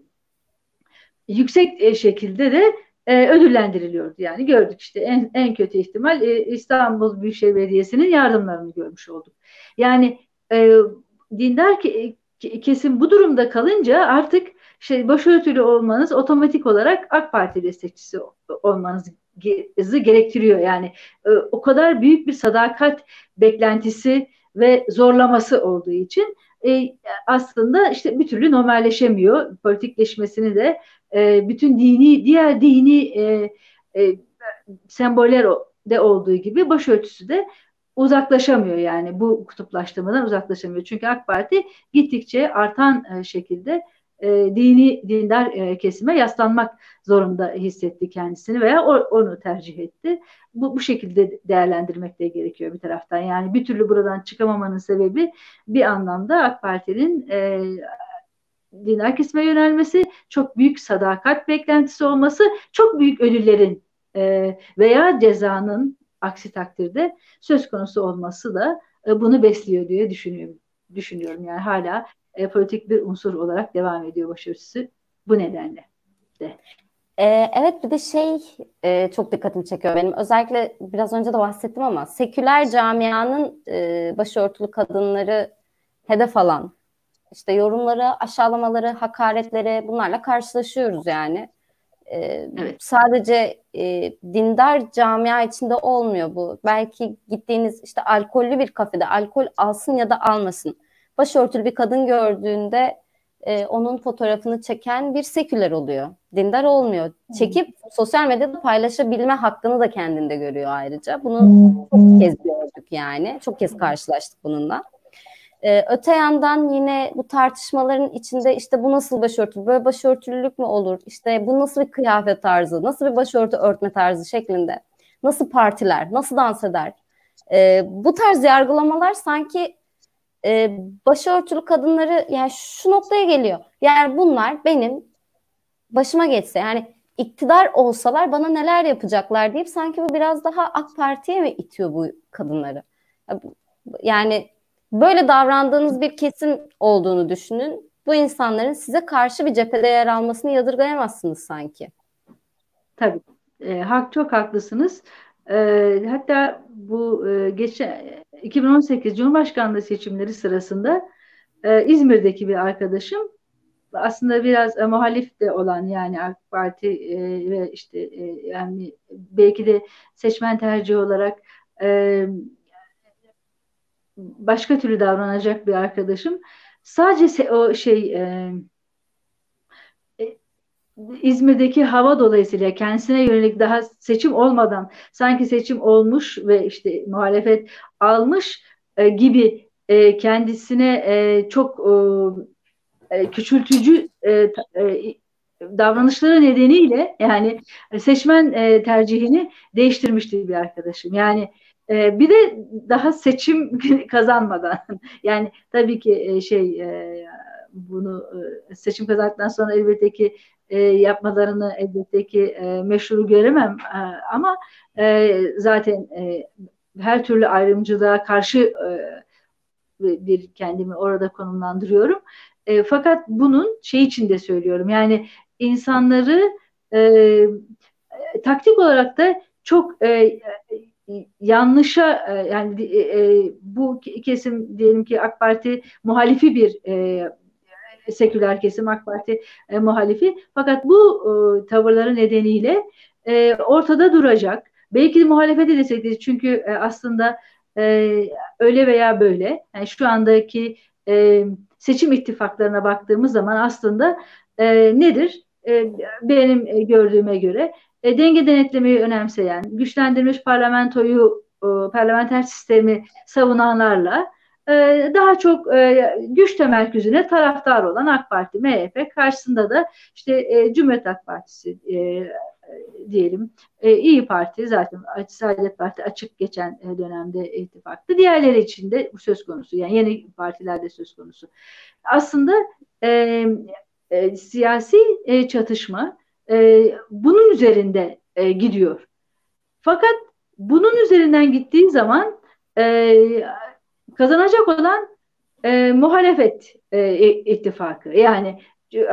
yüksek şekilde de e, ödüllendiriliyordu. Yani gördük işte en, en kötü ihtimal e, İstanbul Büyükşehir Belediyesi'nin yardımlarını görmüş olduk. Yani e, dindar ke, kesim bu durumda kalınca artık şey başörtülü olmanız otomatik olarak AK Parti destekçisi olmanızı gerektiriyor. Yani e, o kadar büyük bir sadakat beklentisi ve zorlaması olduğu için e, aslında işte bir türlü normalleşemiyor. Politikleşmesini de e, bütün dini, diğer dini e, e, semboller de olduğu gibi başörtüsü de uzaklaşamıyor, yani bu kutuplaştırmadan uzaklaşamıyor. Çünkü AK Parti gittikçe artan e, şekilde e, dini dindar e, kesime yaslanmak zorunda hissetti kendisini veya o, onu tercih etti. Bu, bu şekilde değerlendirmek de gerekiyor bir taraftan. Yani bir türlü buradan çıkamamanın sebebi bir anlamda AK Parti'nin e, dindar kesime yönelmesi, çok büyük sadakat beklentisi olması, çok büyük ödüllerin e, veya cezanın aksi takdirde söz konusu olması da e, bunu besliyor diye düşünüyorum. Düşünüyorum yani hala e, politik bir unsur olarak devam ediyor başörtüsü bu nedenle de. Ee, evet bir de şey e, çok dikkatimi çekiyor benim. Özellikle biraz önce de bahsettim ama seküler camianın e, başörtülü kadınları hedef alan işte yorumları, aşağılamaları, hakaretleri bunlarla karşılaşıyoruz yani. Ee, Evet. sadece e, dindar camia içinde olmuyor bu. Belki gittiğiniz işte alkollü bir kafede alkol alsın ya da almasın. Başörtülü bir kadın gördüğünde e, onun fotoğrafını çeken bir seküler oluyor. Dindar olmuyor. Çekip sosyal medyada paylaşabilme hakkını da kendinde görüyor ayrıca. Bunu çok kez gördük yani. Çok kez karşılaştık bununla. Ee, öte yandan yine bu tartışmaların içinde işte bu nasıl başörtü, böyle başörtülülük mü olur, işte bu nasıl bir kıyafet tarzı, nasıl bir başörtü örtme tarzı şeklinde, nasıl partiler, nasıl dans eder? Ee, bu tarz yargılamalar sanki e, başörtülü kadınları yani şu noktaya geliyor. Yani bunlar benim başıma geçse yani iktidar olsalar bana neler yapacaklar deyip sanki bu biraz daha AK Parti'ye mi itiyor bu kadınları? Yani böyle davrandığınız bir kesim olduğunu düşünün. Bu insanların size karşı bir cephede yer almasını yadırgayamazsınız sanki. Tabii. E, hak çok haklısınız. E, hatta bu e, geçen iki bin on sekiz Cumhurbaşkanlığı seçimleri sırasında e, İzmir'deki bir arkadaşım aslında biraz e, muhalif de olan, yani AK Parti e, ve işte e, yani belki de seçmen tercihi olarak e, başka türlü davranacak bir arkadaşım sadece o şey e, e, İzmir'deki hava dolayısıyla kendisine yönelik daha seçim olmadan sanki seçim olmuş ve işte muhalefet almış e, gibi e, kendisine e, çok e, küçültücü e, e, davranışları nedeniyle yani seçmen e, tercihini değiştirmişti bir arkadaşım. Yani e, bir de daha seçim kazanmadan yani tabii ki e, şey e, bunu e, seçim kazandıktan sonra elbette ki e, yapmalarını elbette ki e, meşru göremem e, ama e, zaten e, her türlü ayrımcılığa karşı e, bir kendimi orada konumlandırıyorum. E, fakat bunun şey için de söylüyorum. Yani insanları e, taktik olarak da çok e, yanlışa e, yani e, bu kesim diyelim ki AK Parti muhalifi bir e, seküler kesim AK Parti e, muhalifi fakat bu e, tavırları nedeniyle e, ortada duracak. Belki de muhalefeti destekleyecek çünkü e, aslında e, öyle veya böyle yani şu andaki e, seçim ittifaklarına baktığımız zaman aslında e, nedir? E, benim e, gördüğüme göre e, denge denetlemeyi önemseyen, güçlendirilmiş parlamentoyu, e, parlamenter sistemi savunanlarla e, daha çok e, güç temerküzüne taraftar olan AK Parti, M H P karşısında da işte e, Cumhuriyet Halk Partisi e, diyelim. E, İyi Parti zaten Saadet Parti açık geçen e, dönemde ittifaktı. Diğerleri için de bu söz konusu. Yani yeni partilerde söz konusu. Aslında e, e, siyasi e, çatışma e, bunun üzerinde e, gidiyor. Fakat bunun üzerinden gittiği zaman e, kazanacak olan e, muhalefet e, ittifakı. Yani e,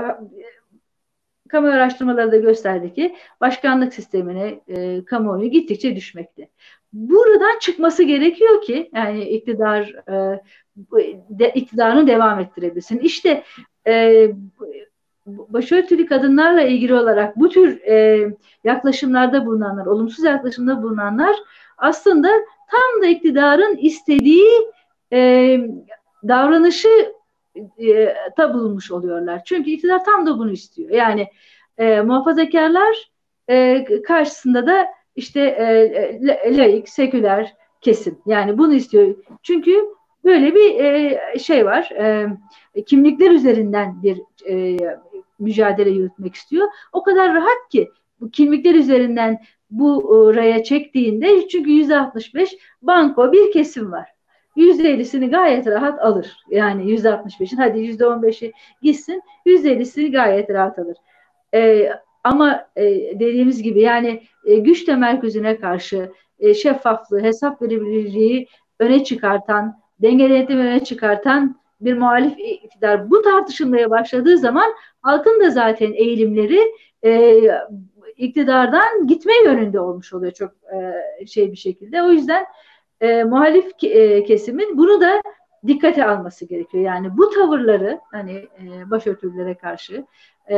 kamu araştırmaları da gösterdi ki başkanlık sistemine e, kamuoyu gittikçe düşmekte. Buradan çıkması gerekiyor ki yani iktidar e, de, iktidarını devam ettirebilsin. İşte e, başörtülü kadınlarla ilgili olarak bu tür e, yaklaşımlarda bulunanlar, olumsuz yaklaşımda bulunanlar aslında tam da iktidarın istediği e, davranışı e, ta bulunmuş oluyorlar. Çünkü iktidar tam da bunu istiyor. Yani e, muhafazakarlar e, karşısında da işte e, laik, seküler kesim. Yani bunu istiyor. Çünkü böyle bir e, şey var. E, kimlikler üzerinden bir e, mücadele yürütmek istiyor. O kadar rahat ki bu kimlikler üzerinden bu e, raya çektiğinde çünkü yüzde altmış beş banko bir kesim var. yüzde ellisini gayet rahat alır. Yani yüzde altmış beşin hadi yüzde on beşi gitsin yüzde ellisini gayet rahat alır. E, ama e, dediğimiz gibi yani e, güç temerküzüne karşı e, şeffaflığı, hesap verebilirliği öne çıkartan, denge denetimi öne çıkartan bir muhalif iktidar bu tartışılmaya başladığı zaman halkın da zaten eğilimleri e, iktidardan gitme yönünde olmuş oluyor çok e, şey bir şekilde. O yüzden e, muhalif e, kesimin bunu da dikkate alması gerekiyor. Yani bu tavırları hani e, başörtülere karşı e,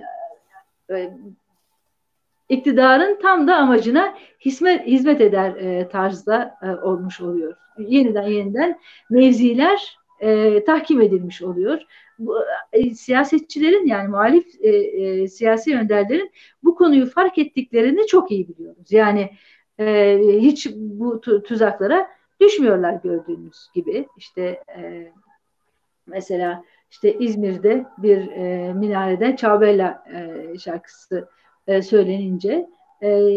e, iktidarın tam da amacına hizmet, hizmet eder e, tarzda e, olmuş oluyor. Yeniden yeniden mevziler e, tahkim edilmiş oluyor. Bu, e, siyasetçilerin yani muhalif e, e, siyasi önderlerin bu konuyu fark ettiklerini çok iyi biliyoruz. Yani e, hiç bu tuzaklara düşmüyorlar gördüğünüz gibi. İşte e, mesela işte İzmir'de bir e, minareden Çağbella e, şarkısı e, söylenince e,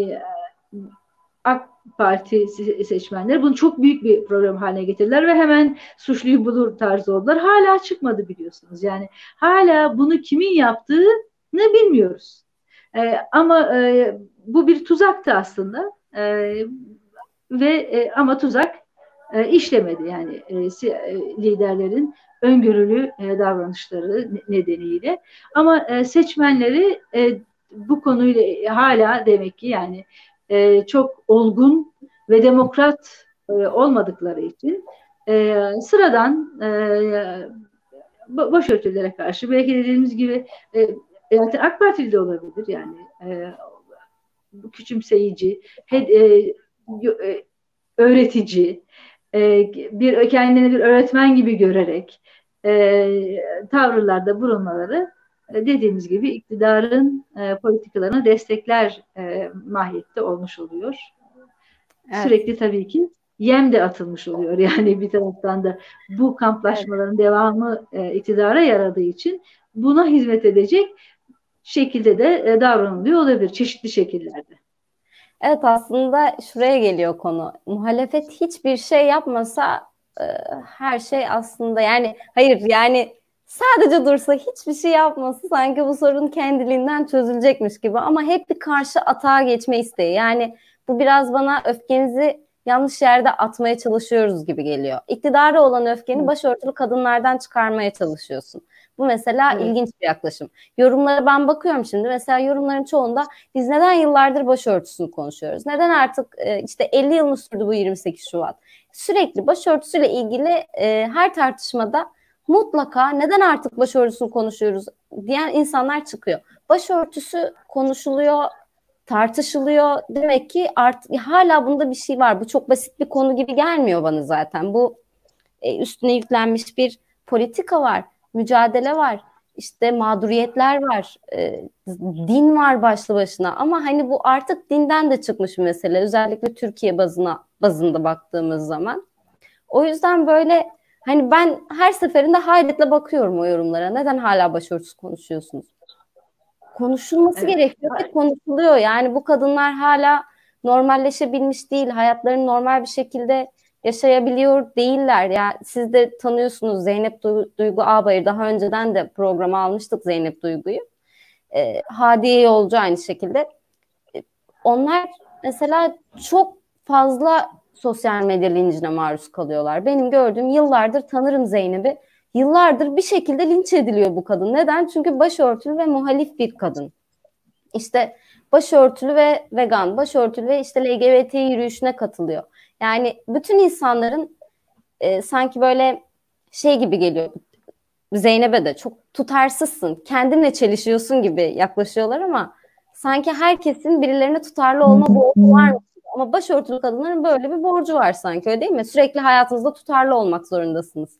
AK Parti seçmenleri bunu çok büyük bir program haline getirdiler ve hemen suçluyu bulur tarzı oldular. Hala çıkmadı biliyorsunuz. Yani hala bunu kimin yaptığını bilmiyoruz. E, ama e, bu bir tuzaktı aslında. E, ve e, ama tuzak e, işlemedi yani e, liderlerin öngörülü e, davranışları nedeniyle. Ama e, seçmenleri e, bu konuyla hala demek ki yani e, çok olgun ve demokrat e, olmadıkları için e, sıradan e, başörtülere karşı belki dediğimiz gibi e, zaten AK Partili de olabilir yani e, küçümseyici, he, e, öğretici, e, bir kendini bir öğretmen gibi görerek e, tavırlarda bulunmaları e, dediğimiz gibi iktidarın e, politikalarını destekler e, mahiyette olmuş oluyor. Evet. Sürekli tabii ki yem de atılmış oluyor. Yani bir taraftan da bu kamplaşmaların evet. devamı e, iktidara yaradığı için buna hizmet edecek şekilde de e, davranılıyor olabilir çeşitli şekillerde. Evet aslında şuraya geliyor konu. Muhalefet hiçbir şey yapmasa e, her şey aslında yani hayır yani sadece dursa hiçbir şey yapması sanki bu sorun kendiliğinden çözülecekmiş gibi ama hep bir karşı atağa geçme isteği. Yani bu biraz bana öfkenizi yanlış yerde atmaya çalışıyoruz gibi geliyor. İktidara olan öfkeni başörtülü kadınlardan çıkarmaya çalışıyorsun. Bu mesela Evet. ilginç bir yaklaşım. Yorumlara ben bakıyorum şimdi. Mesela yorumların çoğunda biz neden yıllardır başörtüsünü konuşuyoruz? Neden artık e, işte elli yıl mı sürdü bu yirmi sekiz Şubat? Sürekli başörtüsüyle ilgili e, her tartışmada mutlaka neden artık başörtüsünü konuşuyoruz diyen insanlar çıkıyor. Başörtüsü konuşuluyor, tartışılıyor. Demek ki artık hala bunda bir şey var. Bu çok basit bir konu gibi gelmiyor bana zaten. Bu e, üstüne yüklenmiş bir politika var, mücadele var, işte mağduriyetler var, e, din var başlı başına. Ama hani bu artık dinden de çıkmış bir mesele. Özellikle Türkiye bazına bazında baktığımız zaman. O yüzden böyle hani ben her seferinde hayretle bakıyorum o yorumlara. Neden hala başörtüsü konuşuyorsunuz? Konuşulması Evet. gerekiyor ki konuşuluyor. Yani bu kadınlar hala normalleşebilmiş değil. Hayatlarını normal bir şekilde yaşayabiliyor değiller. Yani siz de tanıyorsunuz Zeynep Duygu Ağbayır. Daha önceden de programa almıştık Zeynep Duygu'yu. E, Hadiye Yolcu aynı şekilde. E, onlar mesela çok fazla sosyal medya lincine maruz kalıyorlar. Benim gördüğüm yıllardır tanırım Zeynep'i. Yıllardır bir şekilde linç ediliyor bu kadın. Neden? Çünkü başörtülü ve muhalif bir kadın. İşte başörtülü ve vegan, başörtülü ve işte L G B T yürüyüşüne katılıyor. Yani bütün insanların e, sanki böyle şey gibi geliyor. Zeynep'e de çok tutarsızsın, kendinle çelişiyorsun gibi yaklaşıyorlar ama sanki herkesin birilerine tutarlı olma borcu var mı? Ama başörtülü kadınların böyle bir borcu var sanki, öyle değil mi? Sürekli hayatınızda tutarlı olmak zorundasınız.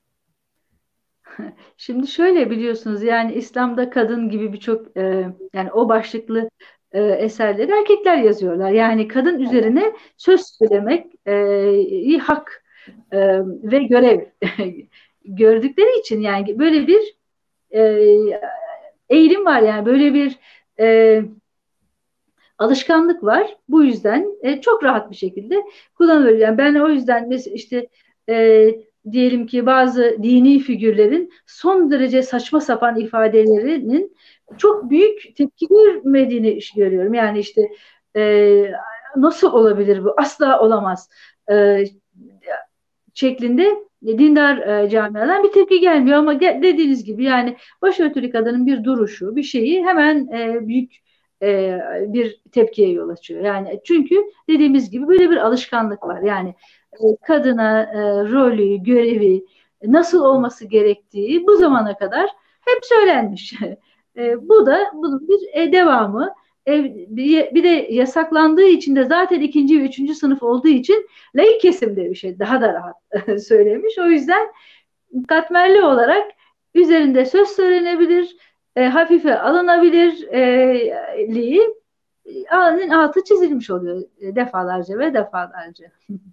Şimdi şöyle biliyorsunuz yani İslam'da kadın gibi birçok e, yani o başlıklı e, eserleri erkekler yazıyorlar. Yani kadın üzerine söz söylemek e, iyi hak e, ve görev gördükleri için yani böyle bir e, eğilim var yani böyle bir e, alışkanlık var. Bu yüzden e, çok rahat bir şekilde kullanılıyor. Yani ben o yüzden mesela işte e, diyelim ki bazı dini figürlerin son derece saçma sapan ifadelerinin çok büyük tepki görmediğini görüyorum. Yani işte e, nasıl olabilir bu? Asla olamaz. E, şeklinde dindar e, camiadan bir tepki gelmiyor ama ge- dediğiniz gibi yani başörtülü kadının bir duruşu, bir şeyi hemen e, büyük e, bir tepkiye yol açıyor. Yani çünkü dediğimiz gibi böyle bir alışkanlık var. Yani e, kadına e, rolü, görevi nasıl olması gerektiği bu zamana kadar hep söylenmiş. E, bu da bunun bir e, devamı. E, bir, bir de yasaklandığı için de zaten ikinci ve üçüncü sınıf olduğu için laik kesimde bir şey daha da rahat söylemiş. O yüzden katmerli olarak üzerinde söz söylenebilir, e, hafife alınabilir e, liği alanın altı çizilmiş oluyor e, defalarca ve defalarca.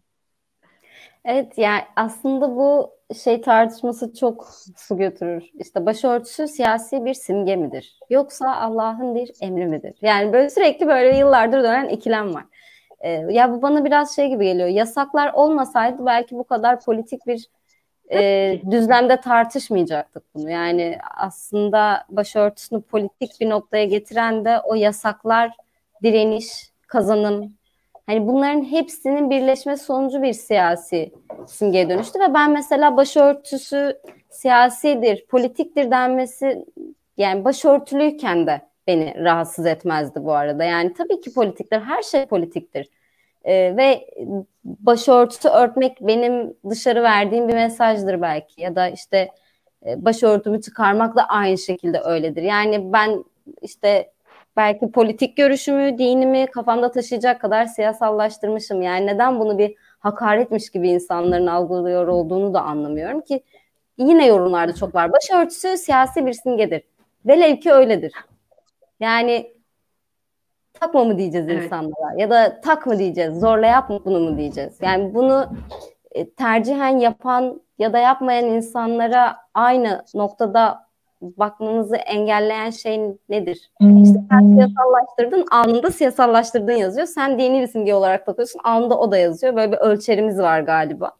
Evet, yani aslında bu şey tartışması çok su götürür. İşte başörtüsü siyasi bir simge midir? Yoksa Allah'ın bir emri midir? Yani böyle sürekli böyle yıllardır dönen ikilem var. Ee, ya bu bana biraz şey gibi geliyor. Yasaklar olmasaydı belki bu kadar politik bir e, düzlemde tartışmayacaktık bunu. Yani aslında başörtüsünü politik bir noktaya getiren de o yasaklar, direniş, kazanım. Hani bunların hepsinin birleşmesi sonucu bir siyasi simgeye dönüştü ve ben mesela başörtüsü siyasidir, politiktir denmesi, yani başörtülüyken de beni rahatsız etmezdi bu arada. Yani tabii ki politiktir, her şey politiktir. Ee, ve başörtüsü örtmek benim dışarı verdiğim bir mesajdır belki, ya da işte e, başörtümü çıkarmak da aynı şekilde öyledir. Yani ben işte belki politik görüşümü, dinimi kafamda taşıyacak kadar siyasallaştırmışım. Yani neden bunu bir hakaretmiş gibi insanların algılıyor olduğunu da anlamıyorum ki. Yine yorumlarda çok var. Başörtüsü siyasi bir simgedir. Velev ki öyledir. Yani takma mı diyeceğiz Evet. insanlara, ya da tak mı diyeceğiz, zorla yap bunu mu diyeceğiz? Yani bunu e, tercihen yapan ya da yapmayan insanlara aynı noktada bakmanızı engelleyen şey nedir? İşte sen siyasallaştırdın, anında siyasallaştırdın yazıyor. Sen dini bir simge olarak bakıyorsun, anında o da yazıyor. Böyle bir ölçerimiz var galiba.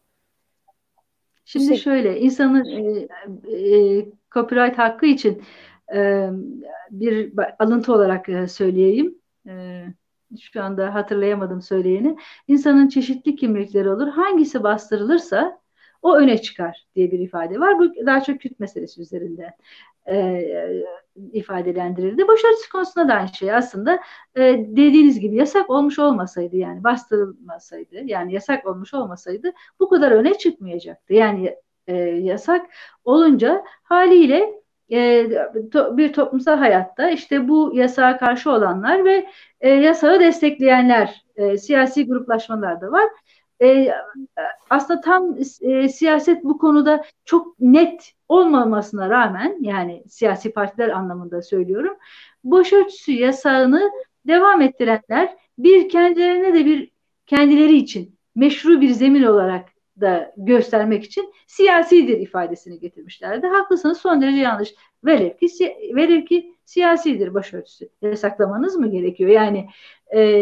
Bu Şimdi şey. şöyle insanın e, e, copyright hakkı için e, bir alıntı olarak e, söyleyeyim. E, şu anda hatırlayamadım söyleyeni. İnsanın çeşitli kimlikleri olur. Hangisi bastırılırsa o öne çıkar diye bir ifade var. Bu daha çok Kürt meselesi üzerinde e, ifadelendirildi. Başörtüsü konusunda da aynı şey aslında e, dediğiniz gibi yasak olmuş olmasaydı, yani bastırılmasaydı, yani yasak olmuş olmasaydı bu kadar öne çıkmayacaktı. Yani e, yasak olunca haliyle e, to, bir toplumsal hayatta işte bu yasağa karşı olanlar ve e, yasağı destekleyenler, e, siyasi gruplaşmalar da var. E, Aslında tam e, siyaset bu konuda çok net olmamasına rağmen, yani siyasi partiler anlamında söylüyorum, başörtüsü yasağını devam ettirenler bir kendilerine de bir kendileri için meşru bir zemin olarak da göstermek için siyasidir ifadesini getirmişlerdi. Haklısınız, son derece yanlış. Velev ki, velev ki siyasidir başörtüsü. Yasaklamanız mı gerekiyor? Yani e,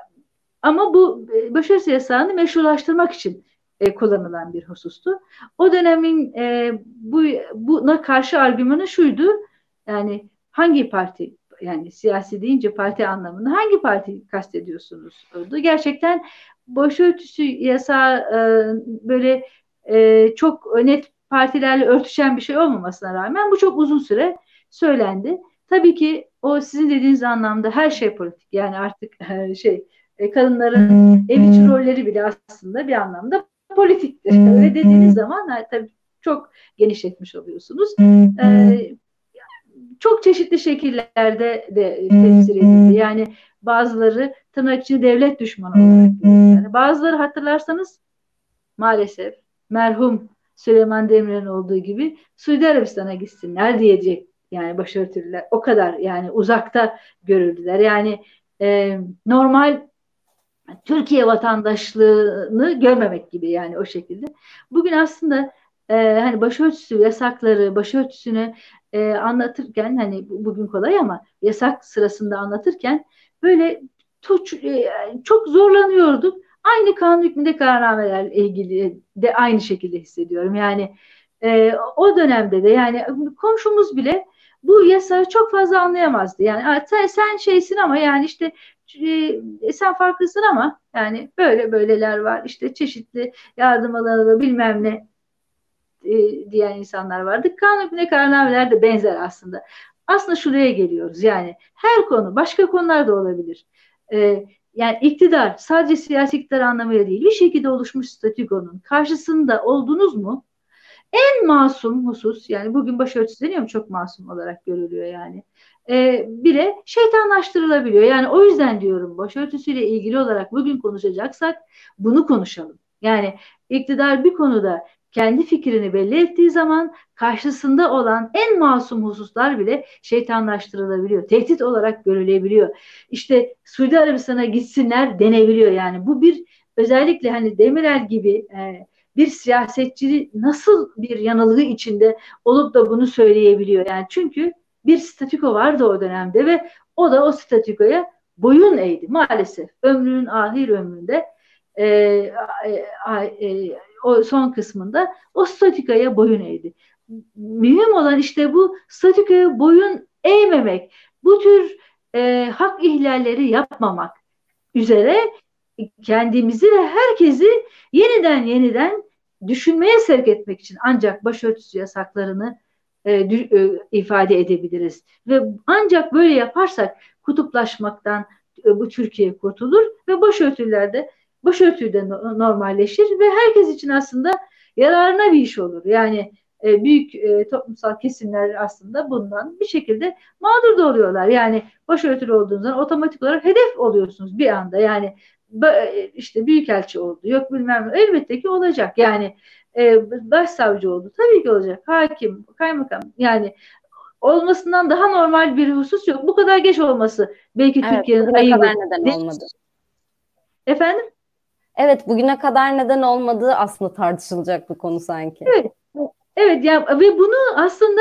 ama bu e, başörtüsü yasağını meşrulaştırmak için e, kullanılan bir husustu. O dönemin e, bu buna karşı argümanı şuydu. Yani hangi parti, yani siyasi deyince parti anlamında hangi parti kastediyorsunuz? Gerçekten başörtüsü yasağı e, böyle e, çok net partilerle örtüşen bir şey olmamasına rağmen bu çok uzun süre söylendi. Tabii ki o sizin dediğiniz anlamda her şey politik. Yani artık e, şey e, kadınların ev içi rolleri bile aslında bir anlamda politiktir. Öyle dediğiniz zaman ha, tabii çok genişletmiş oluyorsunuz. E, Çok çeşitli şekillerde de temsil edildi. Yani bazıları tırnak içinde devlet düşmanı olarak görüldü. Bazıları hatırlarsanız maalesef merhum Süleyman Demirel'in olduğu gibi Suudi Arabistan'a gitsinler diyecek. Yani başörtülüler o kadar yani uzakta görüldüler. Yani e, normal Türkiye vatandaşlığını görmemek gibi, yani o şekilde. Bugün aslında e, hani başörtüsü yasakları, başörtüsünü e, anlatırken, hani bugün kolay ama yasak sırasında anlatırken böyle tuç, e, çok zorlanıyorduk. Aynı kanun hükmünde kararnamelerle ilgili de aynı şekilde hissediyorum. Yani e, o dönemde de yani komşumuz bile bu yasağı çok fazla anlayamazdı. Yani sen, sen şeysin ama yani işte e, sen farklısın ama yani böyle böyleler var, işte çeşitli yardım alanı bilmem ne e, diyen insanlar vardı. Kanun hükmüne kararnameler de benzer aslında. Aslında şuraya geliyoruz, yani her konu, başka konular da olabilir. E, Yani iktidar sadece siyasi iktidar anlamıyla değil, bir şekilde oluşmuş statükonun karşısında oldunuz mu? En masum husus, yani bugün başörtüsü deniyor mu, çok masum olarak görülüyor yani. E, bile şeytanlaştırılabiliyor. Yani o yüzden diyorum, başörtüsüyle ilgili olarak bugün konuşacaksak bunu konuşalım. Yani iktidar bir konuda kendi fikrini belli ettiği zaman karşısında olan en masum hususlar bile şeytanlaştırılabiliyor. Tehdit olarak görülebiliyor. İşte Suudi Arabistan'a gitsinler denebiliyor yani. Bu bir, özellikle hani Demirel gibi e, bir siyasetçi nasıl bir yanılgı içinde olup da bunu söyleyebiliyor? Yani çünkü bir statüko vardı o dönemde ve o da o statükoya boyun eğdi maalesef. Ömrünün ahir ömründe e, e, e, o son kısmında o statükoya boyun eğdi. Mühim olan işte bu statükoya boyun eğmemek, bu tür e, hak ihlalleri yapmamak üzere kendimizi ve herkesi yeniden yeniden düşünmeye sevk etmek için ancak başörtüsü yasaklarını e, e, ifade edebiliriz. Ve ancak böyle yaparsak kutuplaşmaktan e, bu Türkiye kurtulur ve başörtüler de başörtüyü de normalleşir ve herkes için aslında yararına bir iş olur. Yani e, büyük e, toplumsal kesimler aslında bundan bir şekilde mağdur da oluyorlar. Yani başörtülü olduğunuzdan otomatik olarak hedef oluyorsunuz bir anda. Yani işte büyükelçi oldu, yok bilmem ne, elbette ki olacak. Yani e, başsavcı oldu, tabii ki olacak. Hakim, kaymakam, yani olmasından daha normal bir husus yok. Bu kadar geç olması belki Evet, Türkiye'nin bugüne ayıbı. kadar neden olmadı? Efendim? Evet, bugüne kadar neden olmadığı aslında tartışılacak bir konu sanki. Evet. Evet ya, ve bunu aslında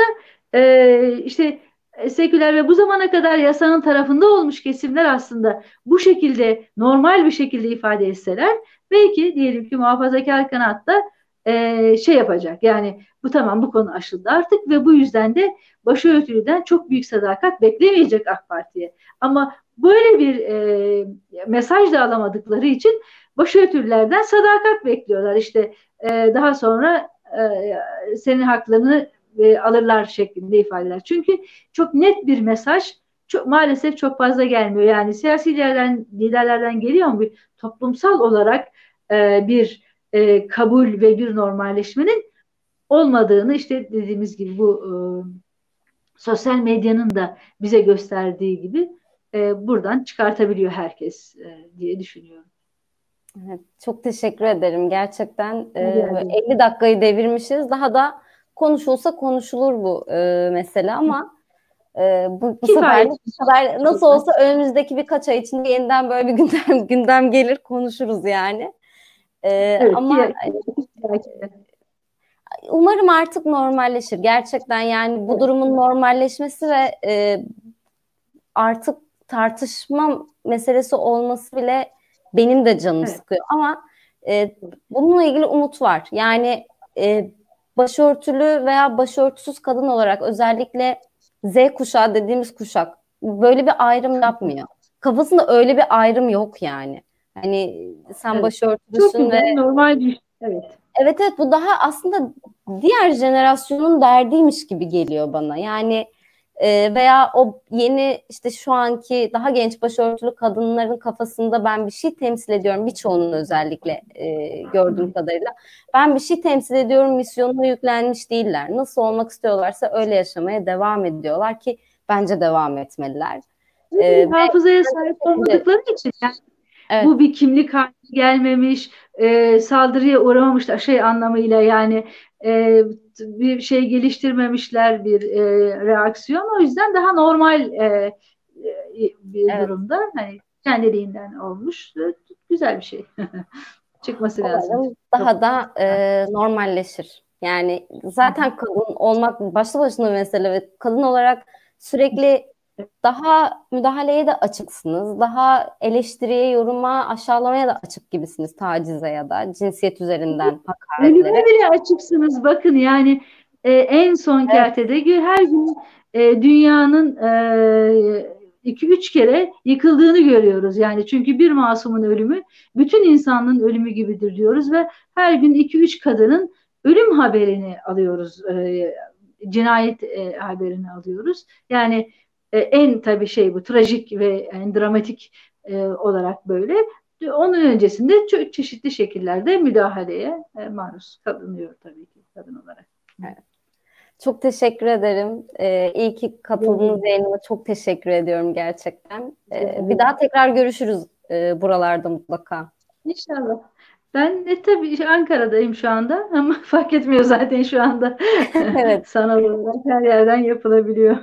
e, işte e, seküler ve bu zamana kadar yasanın tarafında olmuş kesimler aslında bu şekilde normal bir şekilde ifade etseler, belki diyelim ki muhafazakar kanatta e, şey yapacak, yani bu tamam, bu konu aşıldı artık ve bu yüzden de başörtülüden çok büyük sadakat beklemeyecek AK Parti'ye. Ama böyle bir e, mesaj da alamadıkları için başörtülülerden sadakat bekliyorlar. İşte e, daha sonra e, senin haklarını e, alırlar şeklinde ifadeler. Çünkü çok net bir mesaj çok, maalesef çok fazla gelmiyor. Yani siyasi liderlerden, liderlerden geliyor mu? Bir toplumsal olarak e, bir e, kabul ve bir normalleşmenin olmadığını işte dediğimiz gibi bu e, sosyal medyanın da bize gösterdiği gibi e, buradan çıkartabiliyor herkes e, diye düşünüyorum. Evet, çok teşekkür ederim. Gerçekten e, Rica ederim. elli dakikayı devirmişiz. Daha da konuşulsa konuşulur bu e, mesele ama e, bu, bu sefer Kifayet. bu sefer nasıl olsa önümüzdeki birkaç ay içinde yeniden böyle bir gündem gündem gelir konuşuruz yani. E, Evet, ama ki, umarım artık normalleşir. Gerçekten yani bu durumun normalleşmesi ve e, artık tartışma meselesi olması bile benim de canımı evet, sıkıyor. Ama e, bununla ilgili umut var. Yani e, başörtülü veya başörtüsüz kadın olarak özellikle Z kuşağı dediğimiz kuşak böyle bir ayrım yapmıyor. Kafasında öyle bir ayrım yok yani. Hani sen evet. Çok başörtülüsün ve güzel, normal bir şey. Evet. evet evet bu daha aslında diğer jenerasyonun derdiymiş gibi geliyor bana. Yani e, veya o yeni işte şu anki daha genç başörtülü kadınların kafasında ben bir şey temsil ediyorum. Birçoğunun özellikle e, gördüğüm kadarıyla. Ben bir şey temsil ediyorum misyonuna yüklenmiş değiller. Nasıl olmak istiyorlarsa öyle yaşamaya devam ediyorlar ki bence devam etmeliler. E, ve Hafızaya sahip olmadıkları için yani evet. bu bir kimlik haline gelmemiş, e, saldırıya uğramamış da şey anlamıyla yani e, bir şey geliştirmemişler bir e, reaksiyon. O yüzden daha normal e, e, bir Evet. durumda. Hani kendiliğinden olmuş. Güzel bir şey. Çıkması lazım. Umarım daha da e, normalleşir. Yani zaten kadın olmak başlı başına bir mesele ve kadın olarak sürekli daha müdahaleye de açıksınız. Daha eleştiriye, yoruma, aşağılamaya da açık gibisiniz. Tacize ya da cinsiyet üzerinden Ölüme hakaretlere. bile açıksınız. Bakın yani e, en son Evet, kertede gö- her gün e, dünyanın e, iki üç kere yıkıldığını görüyoruz. Yani çünkü bir masumun ölümü bütün insanlığın ölümü gibidir diyoruz ve her gün iki üç kadının ölüm haberini alıyoruz. E, cinayet e, haberini alıyoruz. Yani e, en tabii şey bu trajik ve en dramatik e, olarak böyle. Onun öncesinde çok çeşitli şekillerde müdahaleye e, maruz kalınıyor tabii ki kadın olarak. evet. Çok teşekkür ederim. Ee, iyi ki katıldığınız yayınıma çok teşekkür ediyorum gerçekten. Ee, bir daha tekrar görüşürüz e, buralarda mutlaka. İnşallah. Ben de tabii Ankara'dayım şu anda ama fark etmiyor zaten şu anda. Evet. Sanal olarak her yerden yapılabiliyor.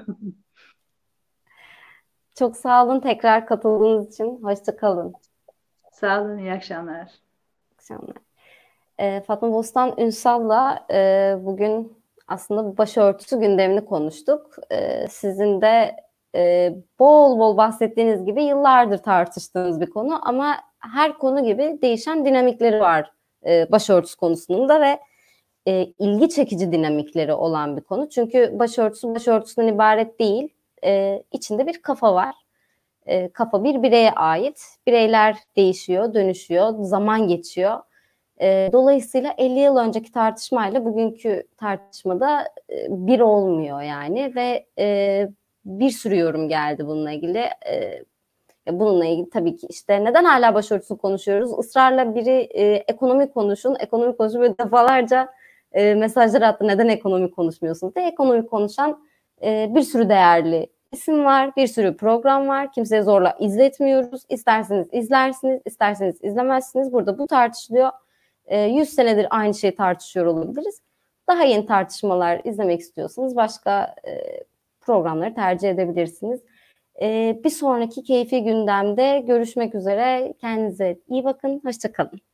Çok sağ olun tekrar katıldığınız için. Hoşça kalın. Sağ olun, iyi akşamlar. Akşamlar. Ee, Fatma Bostan Ünsal'la e, bugün aslında başörtüsü gündemini konuştuk. Ee, sizin de e, bol bol bahsettiğiniz gibi yıllardır tartıştığınız bir konu ama her konu gibi değişen dinamikleri var e, başörtüsü konusunda ve e, ilgi çekici dinamikleri olan bir konu. Çünkü başörtüsü başörtüsünden ibaret değil, e, içinde bir kafa var. E, kafa bir bireye ait. Bireyler değişiyor, dönüşüyor, zaman geçiyor. E, dolayısıyla elli yıl önceki tartışmayla bugünkü tartışmada e, bir olmuyor yani ve e, bir sürü yorum geldi bununla ilgili. E, bununla ilgili tabii ki işte neden hala başörtüsü konuşuyoruz? Israrla biri e, ekonomi konuşun, ekonomi konuşun ve defalarca e, mesajlar attı. Neden ekonomi konuşmuyorsunuz diye. Ekonomi konuşan e, bir sürü değerli isim var, bir sürü program var. Kimseye zorla izletmiyoruz. İsterseniz izlersiniz, isterseniz izlemezsiniz. Burada bu tartışılıyor. yüz senedir aynı şeyi tartışıyor olabiliriz. Daha yeni tartışmalar izlemek istiyorsanız başka programları tercih edebilirsiniz. Bir sonraki keyfi gündemde görüşmek üzere. Kendinize iyi bakın. Hoşça kalın.